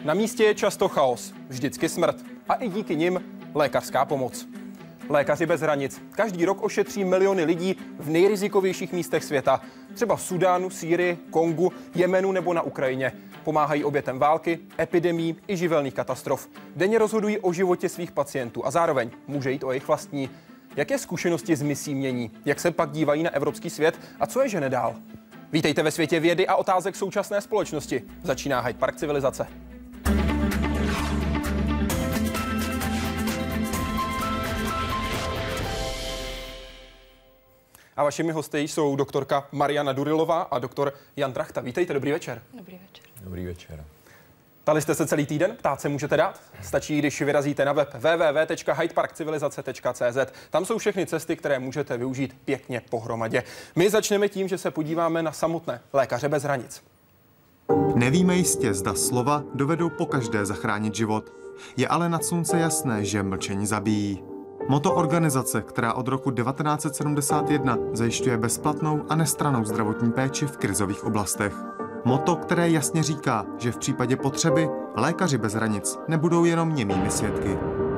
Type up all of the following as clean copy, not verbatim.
Na místě je často chaos, vždycky smrt a i díky nim lékařská pomoc. Lékaři bez hranic každý rok ošetří miliony lidí v nejrizikovějších místech světa, třeba v Súdánu, Sýrii, Kongu, Jemenu nebo na Ukrajině. Pomáhají obětem války, epidemií i živelných katastrof. Denně rozhodují o životě svých pacientů a zároveň může jít o jejich vlastní. Jaké zkušenosti z misí mění? Jak se pak dívají na evropský svět a co je žene dál? Vítejte ve světě vědy a otázek současné společnosti. Začíná Hyde Park civilizace. A vašimi hosty jsou doktorka Mariana Durilová a doktor Jan Trachta. Vítejte, dobrý večer. Dobrý večer. Dobrý večer. Ptali jste se celý týden? Ptát se můžete dát? Stačí, když vyrazíte na web www.hydeparkcivilizace.cz. Tam jsou všechny cesty, které můžete využít pěkně pohromadě. My začneme tím, že se podíváme na samotné lékaře bez hranic. Nevíme jistě, zda slova dovedou pokaždé zachránit život. Je ale nad slunce jasné, že mlčení zabíjí. Motto organizace, která od roku 1971 zajišťuje bezplatnou a nestrannou zdravotní péči v krizových oblastech. Motto, které jasně říká, že v případě potřeby lékaři bez hranic nebudou jenom němými svědky.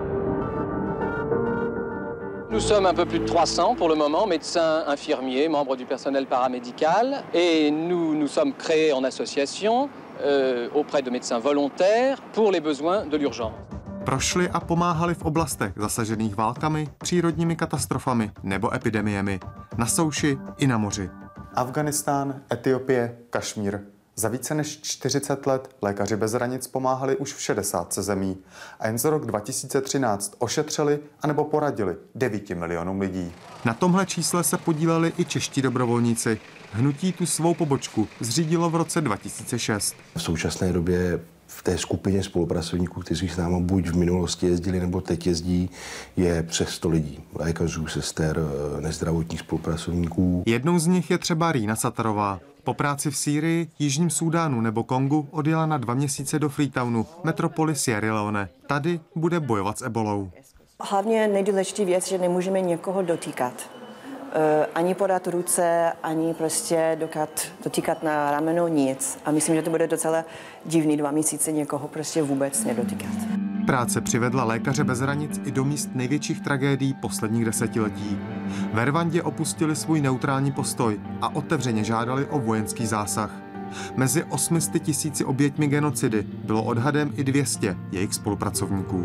Nous sommes un peu plus de 300 pour le moment, médecins, infirmiers, membres du personnel paramédical. Et nous sommes créés en association auprès de médecins volontaires pour les besoins de l'urgence. Prošli a pomáhali v oblastech zasažených válkami, přírodními katastrofami nebo epidemiemi. Na souši i na moři. Afghánistán, Etiopie, Kašmír. Za více než 40 let lékaři bez hranic pomáhali už v 60 zemí a jen za rok 2013 ošetřili anebo poradili 9 milionům lidí. Na tomhle čísle se podíleli i čeští dobrovolníci. Hnutí tu svou pobočku zřídilo v roce 2006. V současné době v té skupině spolupracovníků, kteří s námi buď v minulosti jezdili, nebo teď jezdí, je přes 100 lidí. Lékařů, sester, nezdravotních spolupracovníků. Jednou z nich je třeba Rina Satarová. Po práci v Sýrii, Jižním Súdánu nebo Kongu odjela na 2 měsíce do Freetownu, metropoli Sierra Leone. Tady bude bojovat s ebolou. Hlavně nejdůležitější věc, že nemůžeme někoho dotýkat. Ani podat ruce, ani prostě dotýkat na rameno, nic. A myslím, že to bude docela divný 2 měsíce někoho prostě vůbec nedotýkat. Práce přivedla lékaře bez hranic i do míst největších tragédií posledních desetiletí. Ve Rwandě opustili svůj neutrální postoj a otevřeně žádali o vojenský zásah. Mezi 800 000 oběťmi genocidy bylo odhadem i 200 jejich spolupracovníků.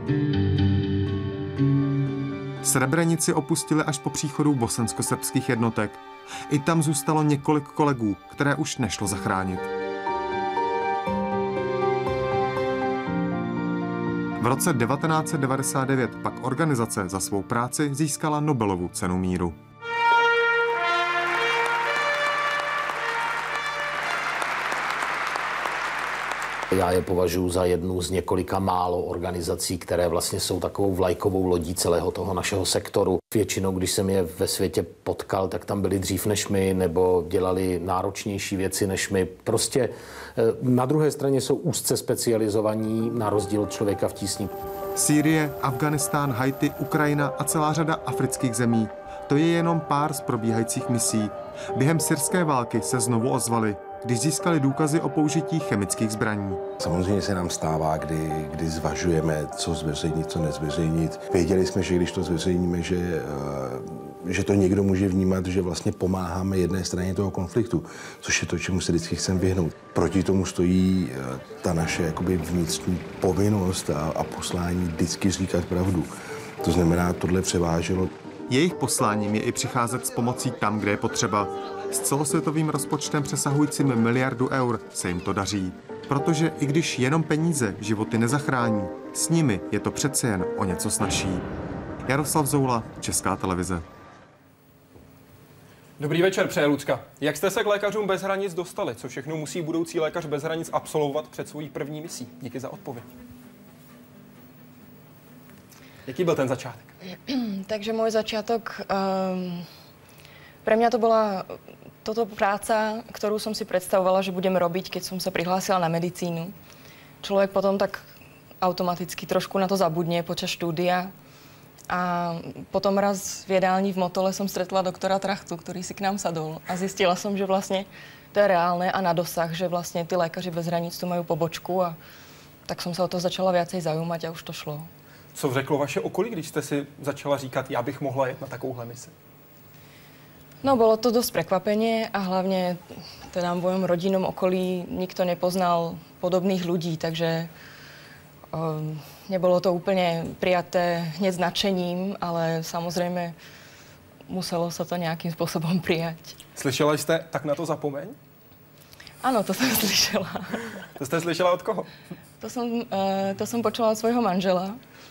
Srebrenici opustili až po příchodu bosensko-srbských jednotek. I tam zůstalo několik kolegů, které už nešlo zachránit. V roce 1999 pak organizace za svou práci získala Nobelovu cenu míru. Já je považuji za jednu z několika málo organizací, které vlastně jsou takovou vlajkovou lodí celého toho našeho sektoru. Většinou, když jsem je ve světě potkal, tak tam byli dřív než my, nebo dělali náročnější věci než my. Prostě na druhé straně jsou úzce specializovaní na rozdíl od Člověka v tísni. Sýrie, Afghánistán, Haiti, Ukrajina a celá řada afrických zemí. To je jenom pár z probíhajících misí. Během syrské války se znovu ozvali, když získali důkazy o použití chemických zbraní. Samozřejmě se nám stává, kdy zvažujeme, co zveřejnit, co nezveřejnit. Věděli jsme, že když to zveřejníme, že to někdo může vnímat, že vlastně pomáháme jedné straně toho konfliktu, což je to, čemu se vždycky chceme vyhnout. Proti tomu stojí ta naše jakoby vnitřní povinnost a poslání vždycky říkat pravdu. To znamená, tohle převáželo. Jejich posláním je i přicházet s pomocí tam, kde je potřeba. S celosvětovým rozpočtem přesahujícím 1 miliardu eur se jim to daří. Protože i když jenom peníze životy nezachrání, s nimi je to přece jen o něco snazší. Jaroslav Zoula, Česká televize. Dobrý večer, přeje Lucka. Jak jste se k lékařům bez hranic dostali? Co všechno musí budoucí lékař bez hranic absolvovat před svojí první misí? Díky za odpověď. Jaký byl ten začátek? Takže môj začiatok, pre mňa to bola toto práca, ktorú som si predstavovala, že budem robiť, keď som sa prihlásila na medicínu. Človek potom tak automaticky trošku na to zabudne počas štúdia. A potom raz v jedálni v Motole som stretla doktora Trachtu, ktorý si k nám sadol. A zistila som, že vlastne to je reálne a na dosah, že vlastne tí lékaři bez hraníc tu majú pobočku a tak som sa o to začala viacej zaujímať a už to šlo. Co řeklo vaše okolí, když jste si začala říkat, já bych mohla jet na takovouhle misi? No, bolo to dosť prekvapenie a hlavne teda v mojom rodinnom okolí nikto nepoznal podobných ľudí, takže nebolo to úplne prijaté hneď s nadšením, ale samozrejme muselo sa to nejakým spôsobom prijať. Slyšela jste, tak na to zapomeň? Áno, to som slyšela. To jste slyšela od koho? To som počula od svojho manžela.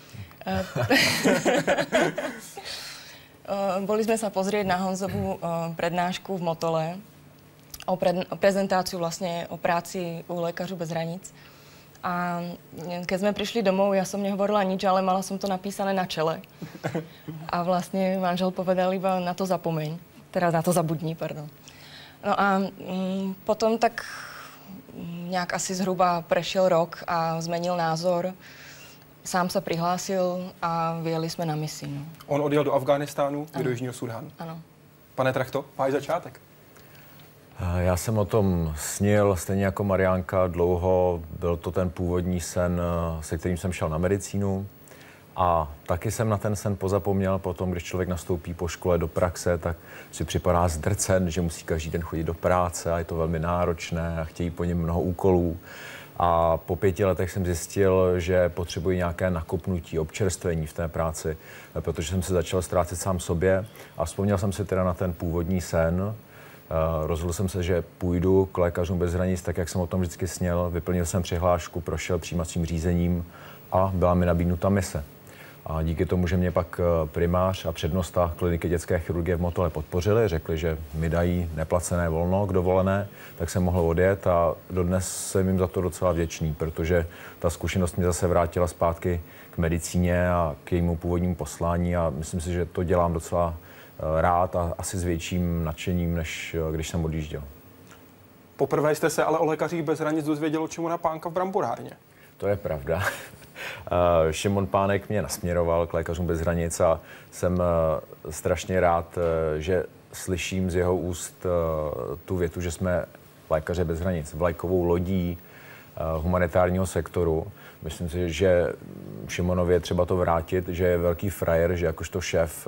Boli sme sa pozrieť na Honzovú prednášku v Motole o prezentáciu vlastne o práci u Lékařů bez hranic. A keď sme prišli domov, ja som nehovorila nič, ale mala som to napísané na čele. A vlastne manžel povedal iba na to zapomeň. Teda na to zabudni, pardon. No a potom tak nejak asi zhruba prešiel rok a zmenil názor. Sám sa prihlásil a vyjeli jsme na misi. No. On odjel do Afghánistánu, do Jižního Súdánu. Ano. Pane Trachto, váš začátek? Já jsem o tom snil, stejně jako Mariánka, dlouho. Byl to ten původní sen, se kterým jsem šel na medicínu. A taky jsem na ten sen pozapomněl potom, když člověk nastoupí po škole do praxe, tak si připadá zdrcen, že musí každý den chodit do práce a je to velmi náročné a chtějí po něm mnoho úkolů. A po 5 letech jsem zjistil, že potřebuji nějaké nakopnutí, občerstvení v té práci, protože jsem se začal ztrácet sám sobě a vzpomněl jsem si teda na ten původní sen. Rozhodl jsem se, že půjdu k Lékařům bez hranic, tak jak jsem o tom vždycky sněl. Vyplnil jsem přihlášku, prošel přijímacím řízením a byla mi nabídnuta mise. A díky tomu, že mě pak primář a přednosta kliniky dětské chirurgie v Motole podpořili, řekli, že mi dají neplacené volno k dovolené, tak jsem mohl odjet a dodnes jsem jim za to docela vděčný, protože ta zkušenost mě zase vrátila zpátky k medicíně a k jejímu původnímu poslání a myslím si, že to dělám docela rád a asi s větším nadšením, než když jsem odjížděl. Poprvé jste se ale o Lékařích bez hranic dozvěděl, čemu na Pánka v bramborárně. To je pravda. Šimon Pánek mě nasměroval k Lékařům bez hranic a jsem strašně rád, že slyším z jeho úst tu větu, že jsme Lékaře bez hranic, vlajkovou lodí humanitárního sektoru. Myslím si, že Šimonovi je třeba to vrátit, že je velký frajer, že jakožto šéf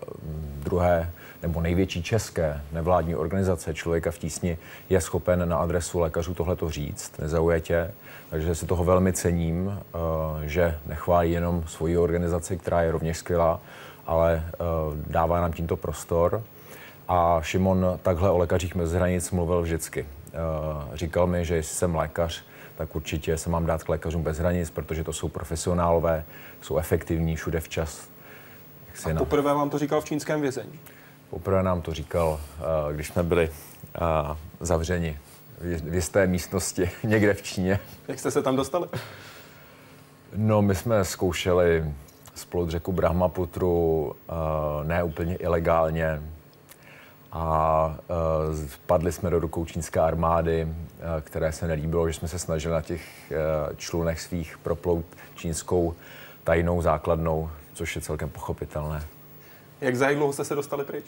druhé nebo největší české nevládní organizace Člověka v tísni je schopen na adresu lékařů tohleto říct, nezaujatě. Takže si toho velmi cením, že nechválí jenom svoji organizaci, která je rovněž skvělá, ale dává nám tímto prostor. A Šimon takhle o Lékařích bez hranic mluvil vždycky. Říkal mi, že jestli jsem lékař, tak určitě se mám dát k Lékařům bez hranic, protože to jsou profesionálové, jsou efektivní, všude včas. A poprvé vám to říkal v čínském vězení? Poprvé nám to říkal, když jsme byli zavřeni v jisté místnosti někde v Číně. Jak jste se tam dostali? No, my jsme zkoušeli splout řeku Brahmaputru, ne úplně ilegálně. A padli jsme do rukou čínské armády, které se nelíbilo, že jsme se snažili na těch člunech svých proplout čínskou tajnou základnou, což je celkem pochopitelné. Jak za jak dlouho jste se dostali pryč?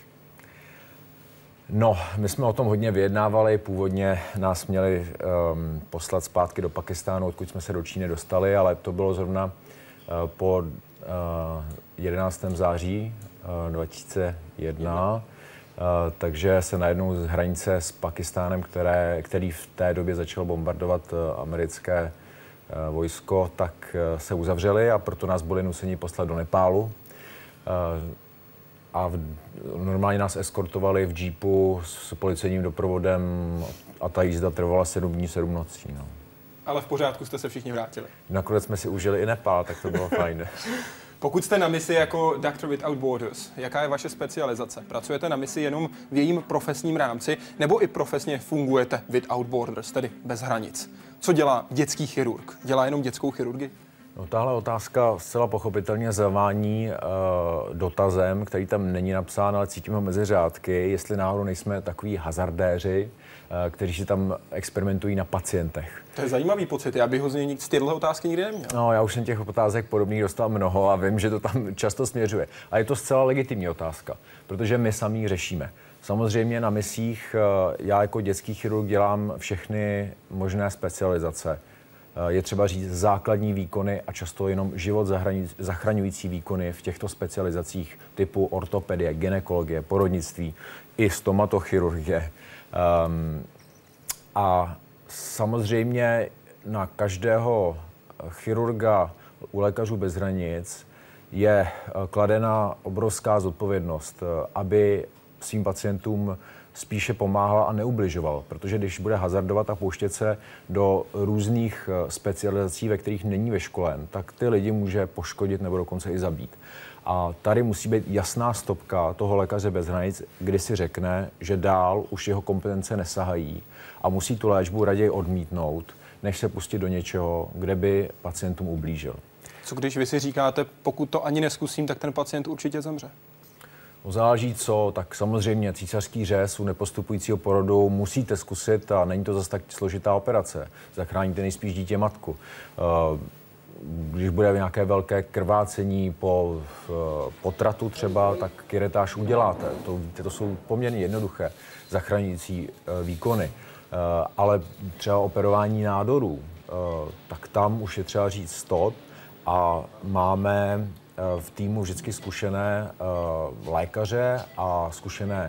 No, my jsme o tom hodně vyjednávali. Původně nás měli poslat zpátky do Pakistánu, odkud jsme se do Číny dostali, ale to bylo zrovna po 11. září 2001. Takže se najednou z hranice s Pakistánem, který v té době začal bombardovat americké vojsko, tak se uzavřeli a proto nás byli nuceni poslat do Nepálu. A normálně nás eskortovali v džípu s policejním doprovodem a ta jízda trvala 7 dní, 7 nocí. No. Ale v pořádku jste se všichni vrátili. Nakonec jsme si užili i Nepál, tak to bylo fajn. Pokud jste na misi jako Doctor Without Borders, jaká je vaše specializace? Pracujete na misi jenom v jejím profesním rámci, nebo i profesně fungujete without borders, tedy bez hranic? Co dělá dětský chirurg? Dělá jenom dětskou chirurgii? No, tahle otázka zcela pochopitelně zavání dotazem, který tam není napsán, ale cítím ho mezi řádky, jestli náhodou nejsme takový hazardéři, kteří si tam experimentují na pacientech. To je zajímavý pocit, já bych ho z téhle otázky nikdy neměl. No, já už jsem těch otázek podobných dostal mnoho a vím, že to tam často směřuje. A je to zcela legitimní otázka, protože my sami ji řešíme. Samozřejmě na misích já jako dětský chirurg dělám všechny možné specializace. je třeba říct základní výkony a často jenom život zachraňující výkony v těchto specializacích typu ortopedie, gynekologie, porodnictví i stomatochirurgie. A samozřejmě na každého chirurga u Lékařů bez hranic je kladena obrovská zodpovědnost, aby svým pacientům spíše pomáhal a neubližoval, protože když bude hazardovat a pouštět se do různých specializací, ve kterých není vyškolen, tak ty lidi může poškodit nebo dokonce i zabít. A tady musí být jasná stopka toho Lékaře bez hranic, kdy si řekne, že dál už jeho kompetence nesahají a musí tu léčbu raději odmítnout, než se pustit do něčeho, kde by pacientům ublížil. Co když vy si říkáte, pokud to ani neskusím, tak ten pacient určitě zemře? Záleží co, tak samozřejmě císařský řez u nepostupujícího porodu musíte zkusit a není to zase tak složitá operace. Zachráníte nejspíš dítě matku. Když bude nějaké velké krvácení po potratu třeba, tak kiretáž uděláte. To jsou poměrně jednoduché zachraňující výkony. Ale třeba operování nádorů, tak tam už je třeba říct stop a máme v týmu vždycky zkušené lékaře a zkušené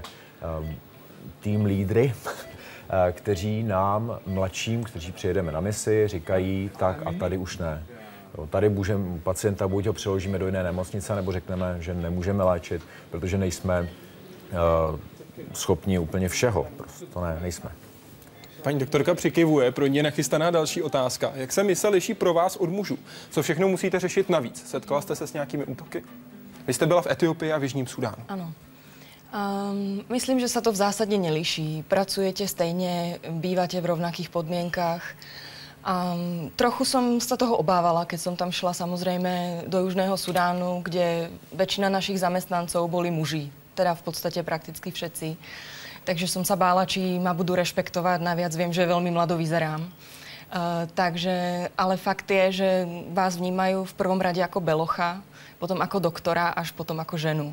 tým lídry, kteří nám mladším, kteří přijedeme na misi, říkají tak a tady už ne. Tady můžeme pacienta, buď ho přeložíme do jiné nemocnice, nebo řekneme, že nemůžeme léčit, protože nejsme schopni úplně všeho. Prostě to nejsme. Paní doktorka přikivuje, pro ní je nachystaná další otázka. Jak se mise liší pro vás od mužů? Co všechno musíte řešit navíc? Setkala jste se s nějakými útoky? Vy jste byla v Etiopii a v Jižním Sudánu. Áno. Myslím, že sa to v zásade nelíší. Pracujete stejne, bývate v rovnakých podmienkách. Trochu som sa toho obávala, keď som tam šla samozrejme do Južného Sudánu, kde väčšina našich zamestnancov boli muži. Teda v podstate prakticky všetci. Takže som sa bála, či ma budú rešpektovať. Naviac viem, že veľmi mlado vyzerám. Ale fakt je, že vás vnímajú v prvom rade ako belocha, potom ako doktora, až potom ako ženu.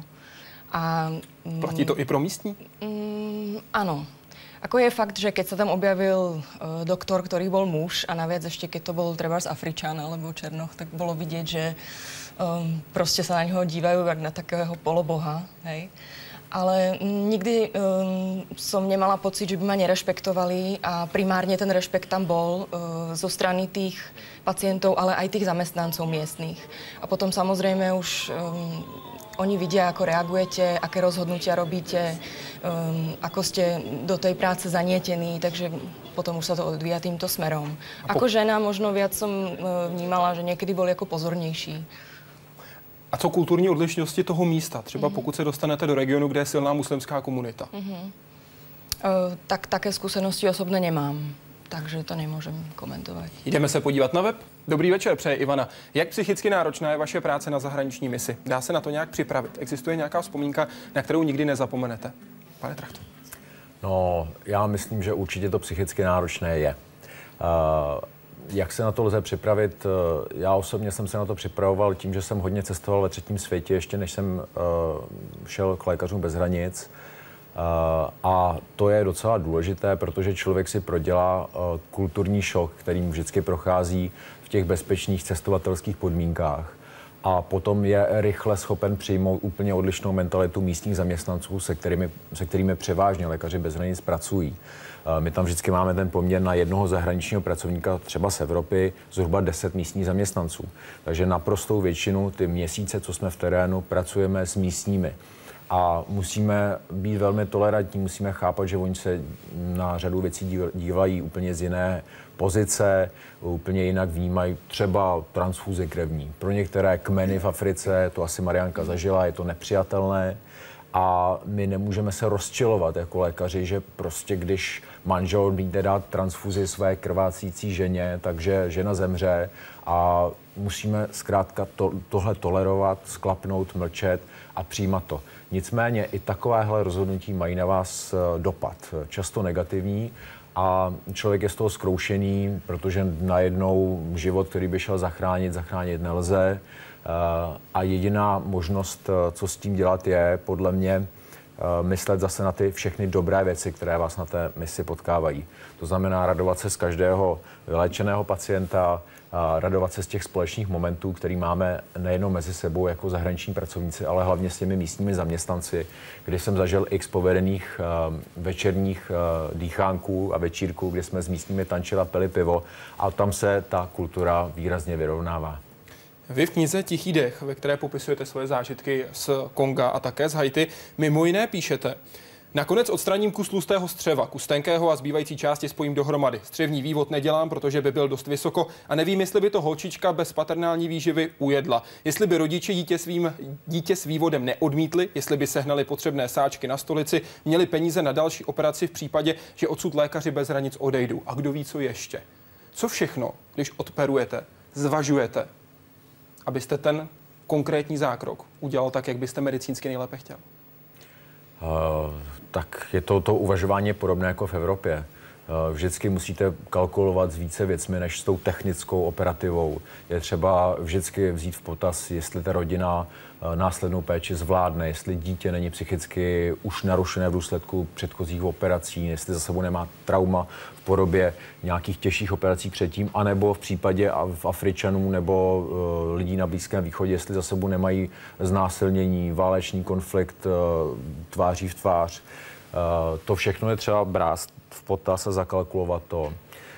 Platí to i pro místní? Áno. Ako je fakt, že keď sa tam objavil doktor, ktorý bol muž a naviac ešte keď to bol trebárs Afričan alebo Černoch, tak bolo vidieť, že proste sa na neho dívajú jak na takého poloboha, hej. Ale nikdy som nemala pocit, že by ma nerešpektovali a primárne ten rešpekt tam bol zo strany tých pacientov, ale aj tých zamestnancov miestnych. A potom samozrejme už oni vidia, ako reagujete, aké rozhodnutia robíte, ako ste do tej práce zanietení, takže potom už sa to odvíja týmto smerom. Ako žena možno viac som vnímala, že niekedy boli ako pozornější. A co kulturní odlišnosti toho místa? Třeba pokud se dostanete do regionu, kde je silná muslimská komunita. Tak také skúsenosti osobne nemám, takže to nemôžem komentovať. Jdeme se podívat na web? Dobrý večer, přeje Ivana. Jak psychicky náročná je vaše práce na zahraniční misi? Dá se na to nějak připravit? Existuje nějaká vzpomínka, na kterou nikdy nezapomenete? Pane Trachto. No, já myslím, že určitě to psychicky náročné je. Jak se na to lze připravit? Já osobně jsem se na to připravoval tím, že jsem hodně cestoval ve třetím světě, ještě než jsem šel k Lékařům bez hranic. A to je docela důležité, protože člověk si prodělá kulturní šok, kterým vždycky prochází v těch bezpečných cestovatelských podmínkách. A potom je rychle schopen přijmout úplně odlišnou mentalitu místních zaměstnanců, se kterými převážně Lékaři bez hranic pracují. My tam vždycky máme ten poměr na jednoho zahraničního pracovníka, třeba z Evropy, zhruba 10 místních zaměstnanců. Takže naprostou většinu ty měsíce, co jsme v terénu, pracujeme s místními. A musíme být velmi tolerantní, musíme chápat, že oni se na řadu věcí dívají úplně z jiné pozice, úplně jinak vnímají třeba transfuze krevní. Pro některé kmeny v Africe, to asi Marianka zažila, je to nepřijatelné. A my nemůžeme se rozčilovat jako lékaři, že prostě když manžel odmítne dát transfuzi své krvácící ženě, takže žena zemře a musíme zkrátka tohle tolerovat, sklapnout, mlčet a přijímat to. Nicméně i takovéhle rozhodnutí mají na vás dopad, často negativní a člověk je z toho zkroušený, protože najednou život, který by šel zachránit nelze. A jediná možnost, co s tím dělat, je podle mě myslet zase na ty všechny dobré věci, které vás na té misi potkávají. To znamená radovat se z každého vyléčeného pacienta, radovat se z těch společných momentů, který máme nejenom mezi sebou jako zahraniční pracovníci, ale hlavně s těmi místními zaměstnanci, kdy jsem zažil x povedených večerních dýchánků a večírků, kdy jsme s místními tančili a pili pivo a tam se ta kultura výrazně vyrovnává. Vy v knize Tichý dech, ve které popisujete svoje zážitky z Konga a také z Haiti, mimo jiné píšete: nakonec odstraním kus tlustého střeva, kus tenkého a zbývající části spojím dohromady. Střevní vývod nedělám, protože by byl dost vysoko a nevím, jestli by to holčička bez paternální výživy ujedla. Jestli by rodiče dítě s vývodem neodmítli, jestli by sehnali potřebné sáčky na stolici, měli peníze na další operaci v případě, že odsud lékaři bez hranic odejdou. A kdo ví, co ještě. Co všechno, když odperujete, zvažujete, abyste ten konkrétní zákrok udělal tak, jak byste medicínsky nejlépe chtěl? Tak je to uvažování podobné jako v Evropě. Vždycky musíte kalkulovat s více věcmi než s tou technickou operativou. Je třeba vždycky vzít v potaz, jestli ta rodina následnou péči zvládne, jestli dítě není psychicky už narušené v důsledku předchozích operací, jestli za sebou nemá trauma v podobě nějakých těžších operací předtím, anebo v případě v Afričanů nebo lidí na Blízkém východě, jestli za sebou nemají znásilnění, válečný konflikt tváří v tvář. To všechno je třeba brát v potaz a zakalkulovat to.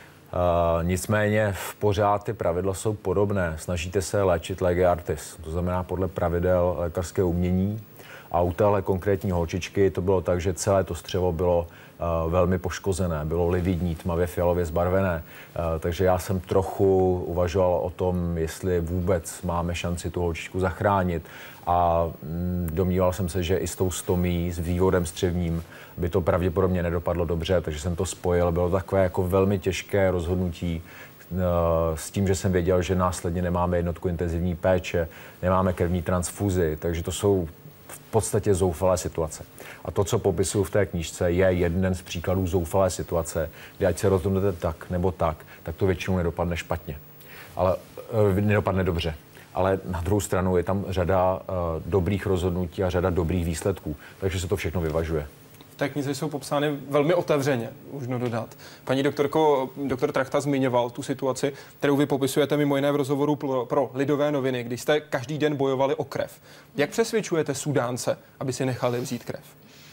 Nicméně pořád ty pravidla jsou podobné. Snažíte se léčit lege artis, to znamená podle pravidel lékařského umění. A u téhle konkrétní holčičky to bylo tak, že celé to střevo bylo velmi poškozené, bylo lividní, tmavě fialově zbarvené. Takže já jsem trochu uvažoval o tom, jestli vůbec máme šanci tu holčičku zachránit. A domníval jsem se, že i s tou stomí, s vývodem střevním, by to pravděpodobně nedopadlo dobře, takže jsem to spojil. Bylo takové jako velmi těžké rozhodnutí s tím, že jsem věděl, že následně nemáme jednotku intenzivní péče, nemáme krevní transfuzi, takže to jsou v podstatě zoufalé situace. A to, co popisuju v té knížce, je jeden z příkladů zoufalé situace, kdy ať se rozhodnete tak nebo tak to většinou nedopadne špatně. Ale nedopadne dobře. Ale na druhou stranu je tam řada dobrých rozhodnutí a řada dobrých výsledků, takže se to všechno vyvažuje. V té knize jsou popsány velmi otevřeně, možno dodat. Paní doktorko, doktor Trachta zmiňoval tu situaci, kterou vy popisujete mimo jiné v rozhovoru pro Lidové noviny, když jste každý den bojovali o krev. Jak přesvědčujete Sudánce, aby si nechali vzít krev?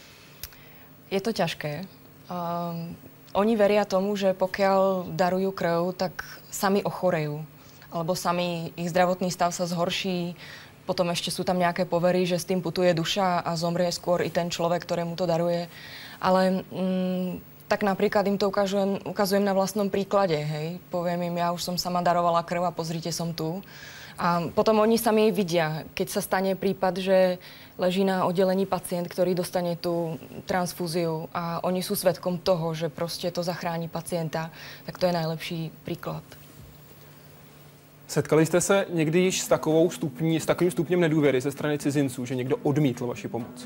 Je to ťažké. Oni veria tomu, že pokiaľ darujú krv, tak sami ochorejú. Alebo sami ich zdravotný stav sa zhorší. Potom ešte sú tam nejaké povery, že s tým putuje duša a zomrie skôr i ten človek, ktorému to daruje. Ale tak napríklad im to ukazujem na vlastnom príklade. Hej. Poviem im, ja už som sama darovala krv a pozrite, som tu. A potom oni sami vidia, keď sa stane prípad, že leží na oddelení pacient, ktorý dostane tú transfúziu a oni sú svedkom toho, že proste to zachrání pacienta, tak to je najlepší príklad. Setkali jste se někdy již s takovým stupněm nedůvěry ze strany cizinců, že někdo odmítl vaši pomoc?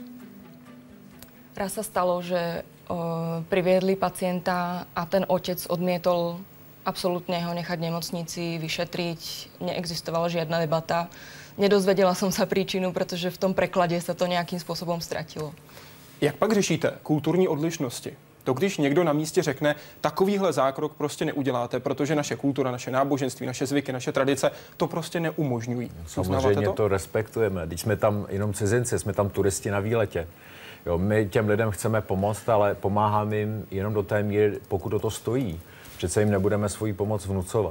Raz sa stalo, že priviedli pacienta a ten otec odmietol absolútne ho nechať v nemocnici, vyšetriť. Neexistovala žiadna debata. Nedozvedela som sa príčinu, pretože v tom preklade sa to nejakým spôsobom ztratilo. Jak pak řešíte kulturní odlišnosti? To, když někdo na místě řekne, takovýhle zákrok prostě neuděláte, protože naše kultura, naše náboženství, naše zvyky, naše tradice to prostě neumožňují. Samozřejmě to respektujeme. Když jsme tam jenom cizinci, jsme tam turisti na výletě. Jo, my těm lidem chceme pomoct, ale pomáháme jim jenom do té míry, pokud to stojí. Přece jim nebudeme svoji pomoc vnucovat.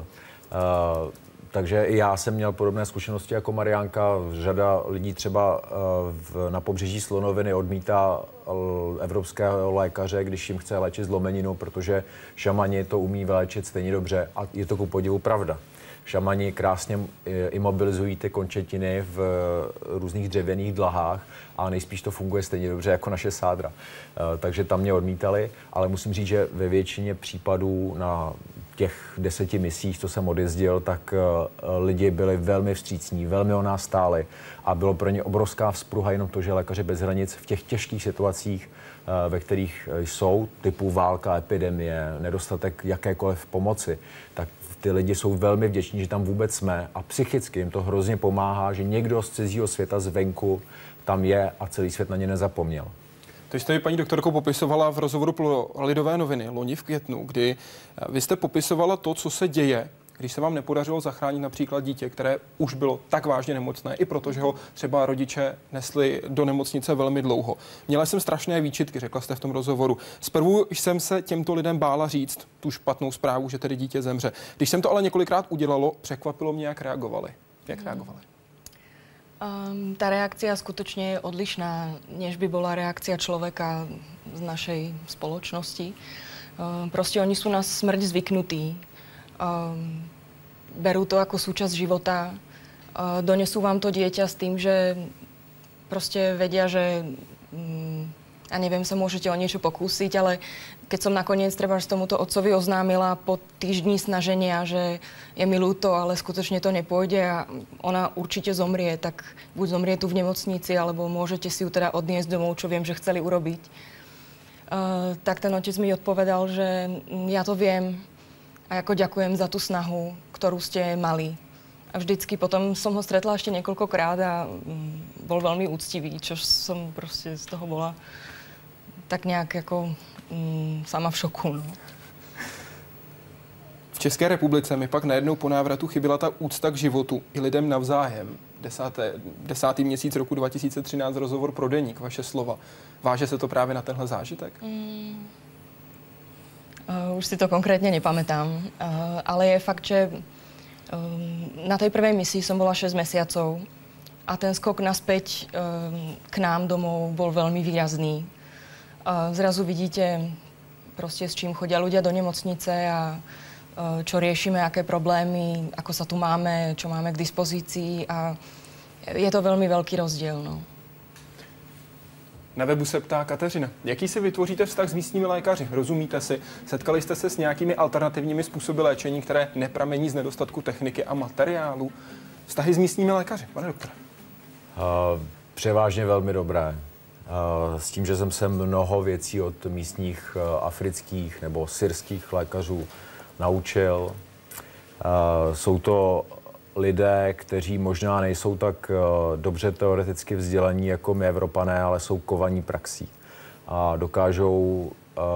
Takže i já jsem měl podobné zkušenosti jako Mariánka. Řada lidí třeba na pobřeží Slonoviny odmítá evropského lékaře, když jim chce léčit zlomeninu, protože šamani to umí vyléčit stejně dobře a je to ku podivu pravda. Šamani krásně imobilizují ty končetiny v různých dřevěných dlahách a nejspíš to funguje stejně dobře jako naše sádra. Takže tam mě odmítali, ale musím říct, že ve většině případů na těch 10 misích, co jsem odjezdil, tak lidi byli velmi vstřícní, velmi o nás stáli a bylo pro ně obrovská vzpruha jenom to, že Lékaři bez hranic v těch těžkých situacích, ve kterých jsou, typu válka, epidemie, nedostatek jakékoliv pomoci, tak ty lidi jsou velmi vděční, že tam vůbec jsme a psychicky jim to hrozně pomáhá, že někdo z cizího světa zvenku tam je a celý svět na ně nezapomněl. To jste, paní doktorko, popisovala v rozhovoru pro Lidové noviny loni v květnu, kdy vy jste popisovala to, co se děje, když se vám nepodařilo zachránit například dítě, které už bylo tak vážně nemocné, i protože ho třeba rodiče nesli do nemocnice velmi dlouho. Měla jsem strašné výčitky, řekla jste v tom rozhovoru. Zprvu jsem se těmto lidem bála říct tu špatnou zprávu, že tedy dítě zemře. Když jsem to ale několikrát udělalo, překvapilo mě, jak reagovali. Jak reagovali? Tá reakcia skutočne je odlišná, než by bola reakcia človeka z našej spoločnosti. Proste oni sú na smrť zvyknutí. Berú to ako súčasť života. Donesú vám to dieťa s tým, že proste vedia, že ja neviem, sa môžete o niečo pokúsiť, ale keď som nakoniec trebárs tomuto otcovi oznámila po týždni snaženia, že je mi ľúto, ale skutočne to nepôjde a ona určite zomrie, tak buď zomrie tu v nemocnici, alebo môžete si ju teda odniesť domov, čo viem, že chceli urobiť. Tak ten otec mi odpovedal, že ja to viem a ako ďakujem za tú snahu, ktorú ste mali. A vždycky potom som ho stretla ešte niekoľkokrát a bol veľmi úctivý, čo som proste z toho bola tak nějak jako sama v šoku. No. V České republice mi pak najednou po návratu chyběla ta úcta k životu i lidem navzájem. 10. měsíc roku 2013 rozhovor pro Deník, vaše slova. Váže se to právě na tenhle zážitek? Už si to konkrétně nepamätám, ale je fakt, že na tej prvej misii som bola 6 mesiacov a ten skok naspäť k nám domov bol veľmi výrazný. Zrazu vidíte proste, s čím chodia ľudia do nemocnice a čo riešime, aké problémy, ako sa tu máme, čo máme k dispozícii a je to veľmi veľký rozdiel. No. Na webu se ptá Kateřina, jaký si vytvoříte vztah s místními lékaři? Rozumíte si? Setkali jste se s nějakými alternativními způsoby léčení, které nepramení z nedostatku techniky a materiálu? Vztahy s místními lékaři, pane doktore? Převážně velmi dobré. S tím, že jsem se mnoho věcí od místních afrických nebo syrských lékařů naučil. Jsou to lidé, kteří možná nejsou tak dobře teoreticky vzdělaní jako my Evropané, ale jsou kovaní praxí a dokážou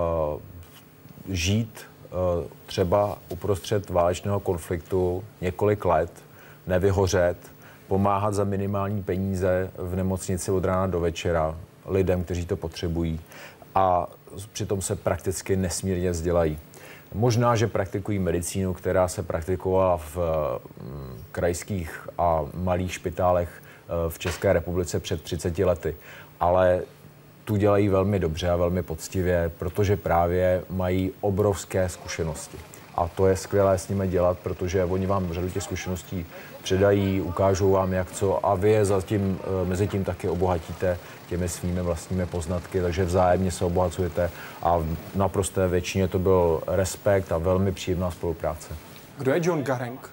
žít třeba uprostřed válečného konfliktu několik let, nevyhořet, pomáhat za minimální peníze v nemocnici od rána do večera lidem, kteří to potřebují a přitom se prakticky nesmírně vzdělají. Možná, že praktikují medicínu, která se praktikovala v krajských a malých špitálech v České republice před 30 lety, ale tu dělají velmi dobře a velmi poctivě, protože právě mají obrovské zkušenosti. A to je skvělé s nimi dělat, protože oni vám řadu těch zkušeností předají, ukážou vám jak co a vy je zatím, mezi tím taky obohatíte těmi svými vlastními poznatky, takže vzájemně se obohacujete a v naprosté většině to byl respekt a velmi příjemná spolupráce. Kdo je John Garang?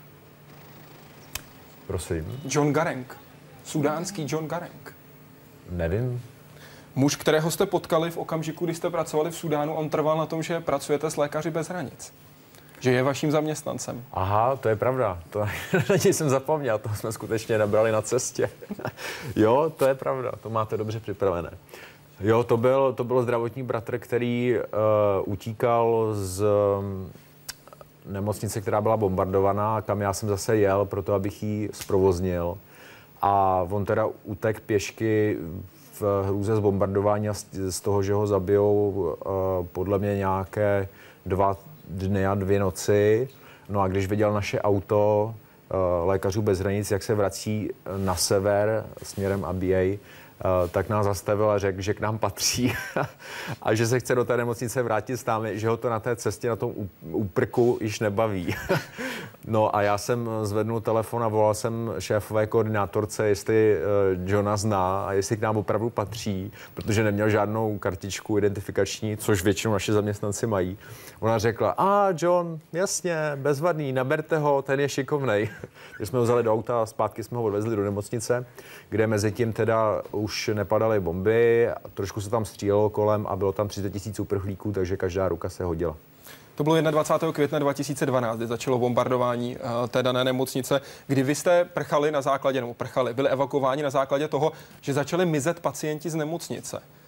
Prosím? John Garang. Sudánský John Garang. Nevím. Muž, kterého jste potkali v okamžiku, kdy jste pracovali v Sudánu, on trval na tom, že pracujete s Lékaři bez hranic. Že je vaším zaměstnancem. Aha, to je pravda. To na něj jsem zapomněl, to jsme skutečně nabrali na cestě. Jo, to je pravda, to máte dobře připravené. Jo, to byl zdravotní bratr, který utíkal z nemocnice, která byla bombardovaná, kam já jsem zase jel, proto abych ji zprovoznil. A on teda utek pěšky v hrůze z bombardování a z toho, že ho zabijou podle mě nějaké 2 dny a 2 noci. No a když viděl naše auto Lékařů bez hranic, jak se vrací na sever směrem Abyei, tak nás zastavil a řekl, že k nám patří a že se chce do té nemocnice vrátit s námi, že ho to na té cestě, na tom úprku již nebaví. No a já jsem zvednul telefon a volal jsem šéfové koordinátorce, jestli Johna zná a jestli k nám opravdu patří, protože neměl žádnou kartičku identifikační, což většinou naši zaměstnanci mají. Ona řekla, John, jasně, bezvadný, naberte ho, ten je šikovnej. Když jsme ho vzali do auta a zpátky jsme ho odvezli do nemocnice, kde mezi tím teda už nepadaly bomby, trošku se tam střílelo kolem a bylo tam 30 000 uprchlíků, takže každá ruka se hodila. To bylo 21. května 2012, kdy začalo bombardování té dané nemocnice, kdy vy jste prchali na základě, nebo byli evakuováni na základě toho, že začali mizet pacienti z nemocnice.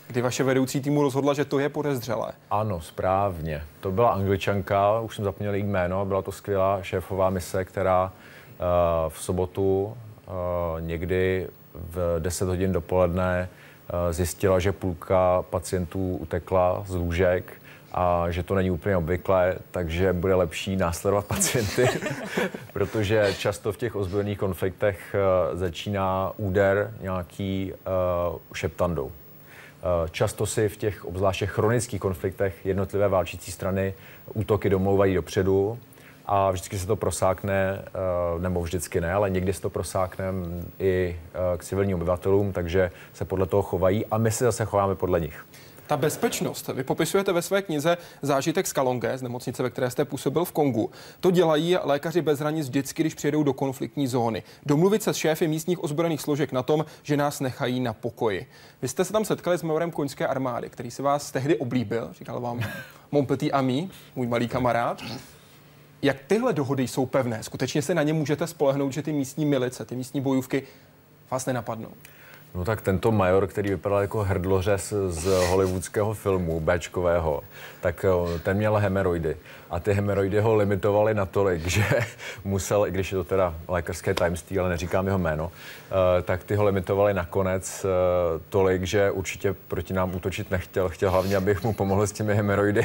kdy vaše vedoucí týmu rozhodla, že to je podezřelé. Ano, správně. To byla Angličanka, už jsem zapomněl její jméno, byla to skvělá šéfová mise, která v sobotu někdy v 10 hodin dopoledne zjistila, že půlka pacientů utekla z lůžek a že to není úplně obvyklé, takže bude lepší následovat pacienty, protože často v těch ozbrojených konfliktech začíná úder nějaký šeptandou. Často si v těch obzvláště chronických konfliktech jednotlivé válčící strany útoky domlouvají dopředu a vždycky se to prosákne, nebo vždycky ne, ale někdy se to prosákne i k civilním obyvatelům, takže se podle toho chovají a my si zase chováme podle nich. Ta bezpečnost, vy popisujete ve své knize zážitek z Kalonge, z nemocnice, ve které jste působil v Kongu. To dělají lékaři bez hranic vždycky, když přijedou do konfliktní zóny. Domluvit se s šéfy místních ozbrojených složek na tom, že nás nechají na pokoji. Vy jste se tam setkali s majorem koňské armády, který se vás tehdy oblíbil, říkal vám mon petit ami, můj malý kamarád. Jak tyhle dohody jsou pevné? Skutečně se na ně můžete spolehnout, že ty místní milice, ty místní bojůvky vás nenapadnou? No tak tento major, který vypadal jako hrdlořez z hollywoodského filmu, béčkového, tak ten měl hemeroidy. A ty hemeroidy ho limitovaly natolik, že musel, i když je to teda lékařské tajemství, ale neříkám jeho jméno, tak ty ho limitovaly nakonec tolik, že určitě proti nám útočit nechtěl. Chtěl hlavně, abych mu pomohl s těmi hemeroidy.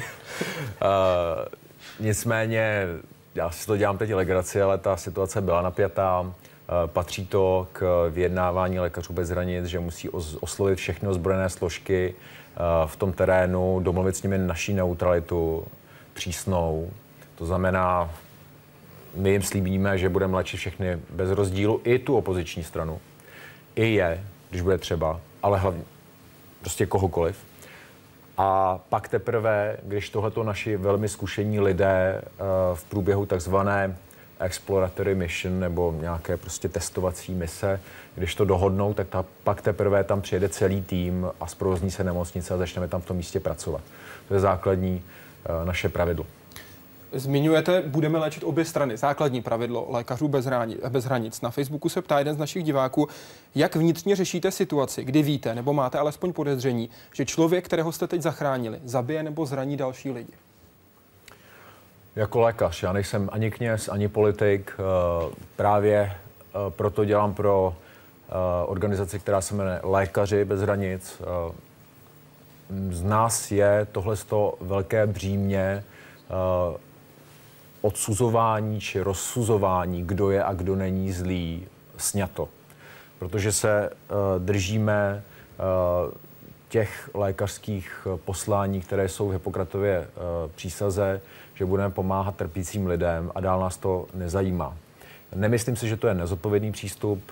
Nicméně, já si to dělám teď legraci, ale ta situace byla napjatá. Patří to k vyjednávání lékařů bez hranic, že musí oslovit všechny ozbrojené složky v tom terénu, domluvit s nimi naší neutralitu přísnou. To znamená, my jim slíbíme, že budeme léčit všechny bez rozdílu, i tu opoziční stranu, i je, když bude třeba, ale hlavně prostě kohokoliv. A pak teprve, když tohleto naši velmi zkušení lidé v průběhu takzvané exploratory mission nebo nějaké prostě testovací mise, když to dohodnou, tak pak teprve tam přijede celý tým a zprovozní se nemocnice a začneme tam v tom místě pracovat. To je základní naše pravidlo. Zmiňujete, budeme léčit obě strany. Základní pravidlo lékařů bez hranic. Na Facebooku se ptá jeden z našich diváků, jak vnitřně řešíte situaci, kdy víte nebo máte alespoň podezření, že člověk, kterého jste teď zachránili, zabije nebo zraní další lidi. Jako lékař, já nejsem ani kněz, ani politik, právě proto dělám pro organizaci, která se jmenuje Lékaři bez hranic. Z nás je tohleto velké břímě odsuzování či rozsuzování, kdo je a kdo není zlý, sňato. Protože se držíme těch lékařských poslání, které jsou v Hippokratově přísaze, že budeme pomáhat trpícím lidem a dál nás to nezajímá. Nemyslím si, že to je nezodpovědný přístup,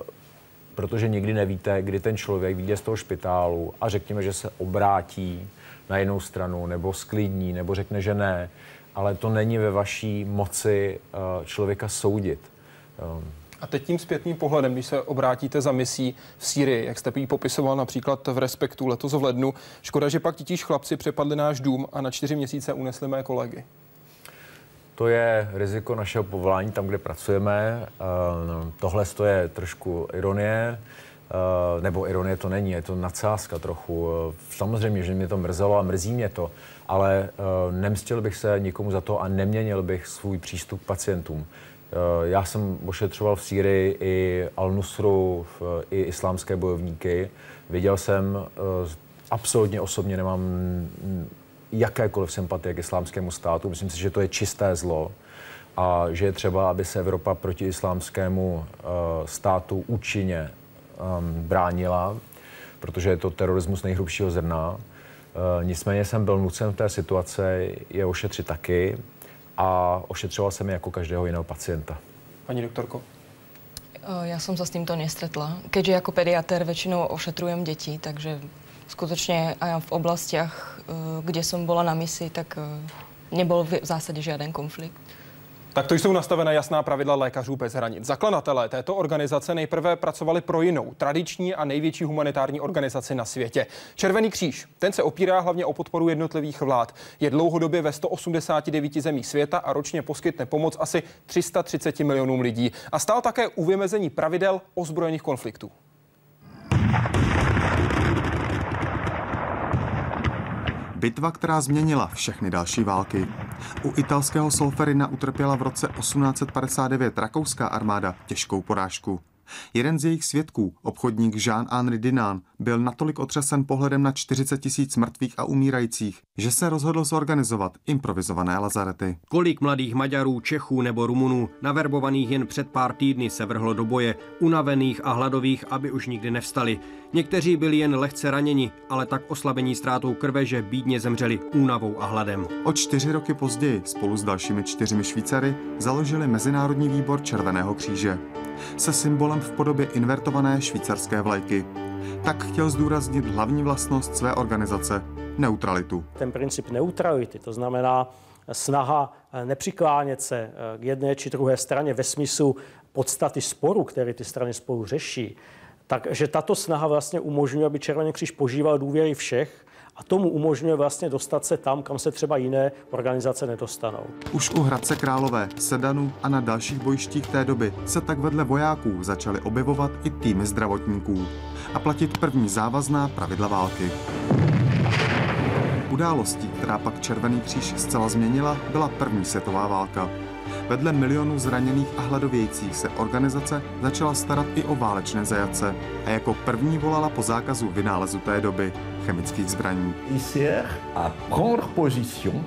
protože nikdy nevíte, kdy ten člověk vyjde z toho špitálu a řekněme, že se obrátí na jinou stranu, nebo sklidní, nebo řekne, že ne, ale to není ve vaší moci člověka soudit. A teď tím zpětným pohledem, když se obrátíte za misí v Sýrii, jak jste ji popisoval například v Respektu letos v lednu, škoda, že pak titíž chlapci přepadli náš dům a na 4 měsíce unesli mé kolegy. To je riziko našeho povolání tam, kde pracujeme. Tohle je trošku ironie, nebo ironie to není, je to nadsázka trochu. Samozřejmě, že mě to mrzelo a mrzí mě to, ale nemstil bych se nikomu za to a neměnil bych svůj přístup k pacientům. Já jsem ošetřoval v Sýrii i Al-Nusru, i islámské bojovníky. Viděl jsem, absolutně osobně nemám jakékoliv sympatie k islámskému státu. Myslím si, že to je čisté zlo a že je třeba, aby se Evropa proti islámskému státu účinně bránila, protože je to terorismus nejhrubšího zrna. Nicméně jsem byl nucen v té situaci je ošetřit taky a ošetřoval jsem je jako každého jiného pacienta. Pani doktorko? Ja som sa s týmto nestretla. Keďže ako pediatér väčšinou ošetrujem deti, takže skutočne aj v oblastiach, kde som bola na misii, tak nebol v zásade žiaden konflikt. Tak to jsou nastavená jasná pravidla lékařů bez hranic. Zakladatelé této organizace nejprve pracovali pro jinou, tradiční a největší humanitární organizaci na světě. Červený kříž. Ten se opírá hlavně o podporu jednotlivých vlád. Je dlouhodobě ve 189 zemích světa a ročně poskytne pomoc asi 330 milionům lidí. A stál také u vymezení pravidel ozbrojených konfliktů. Bitva, která změnila všechny další války. U italského Solferina utrpěla v roce 1859 rakouská armáda těžkou porážku. Jeden z jejich svědků, obchodník Jean-Henri Dinant, byl natolik otřesen pohledem na 40 000 mrtvých a umírajících, že se rozhodl zorganizovat improvizované lazarety. Kolik mladých Maďarů, Čechů nebo Rumunů, naverbovaných jen před pár týdny, se vrhlo do boje, unavených a hladových, aby už nikdy nevstali. Někteří byli jen lehce raněni, ale tak oslabení ztrátou krve, že bídně zemřeli únavou a hladem. O 4 roky později spolu s dalšími 4 Švýcary založili Mezinárodní výbor Červeného kříže se symbolem v podobě invertované švýcarské vlajky. Tak chtěl zdůraznit hlavní vlastnost své organizace – neutralitu. Ten princip neutrality, to znamená snaha nepřiklánět se k jedné či druhé straně ve smyslu podstaty sporu, které ty strany spolu řeší, takže tato snaha vlastně umožňuje, aby Červený kříž požíval důvěry všech a tomu umožňuje vlastně dostat se tam, kam se třeba jiné organizace nedostanou. Už u Hradce Králové, Sedanu a na dalších bojištích té doby se tak vedle vojáků začaly objevovat i týmy zdravotníků a platit první závazná pravidla války. Událostí, která pak Červený kříž zcela změnila, byla první světová válka. Vedle milionů zraněných a hladovějících se organizace začala starat i o válečné zajatce a jako první volala po zákazu vynálezu té doby chemických zbraní. ICR a prendre position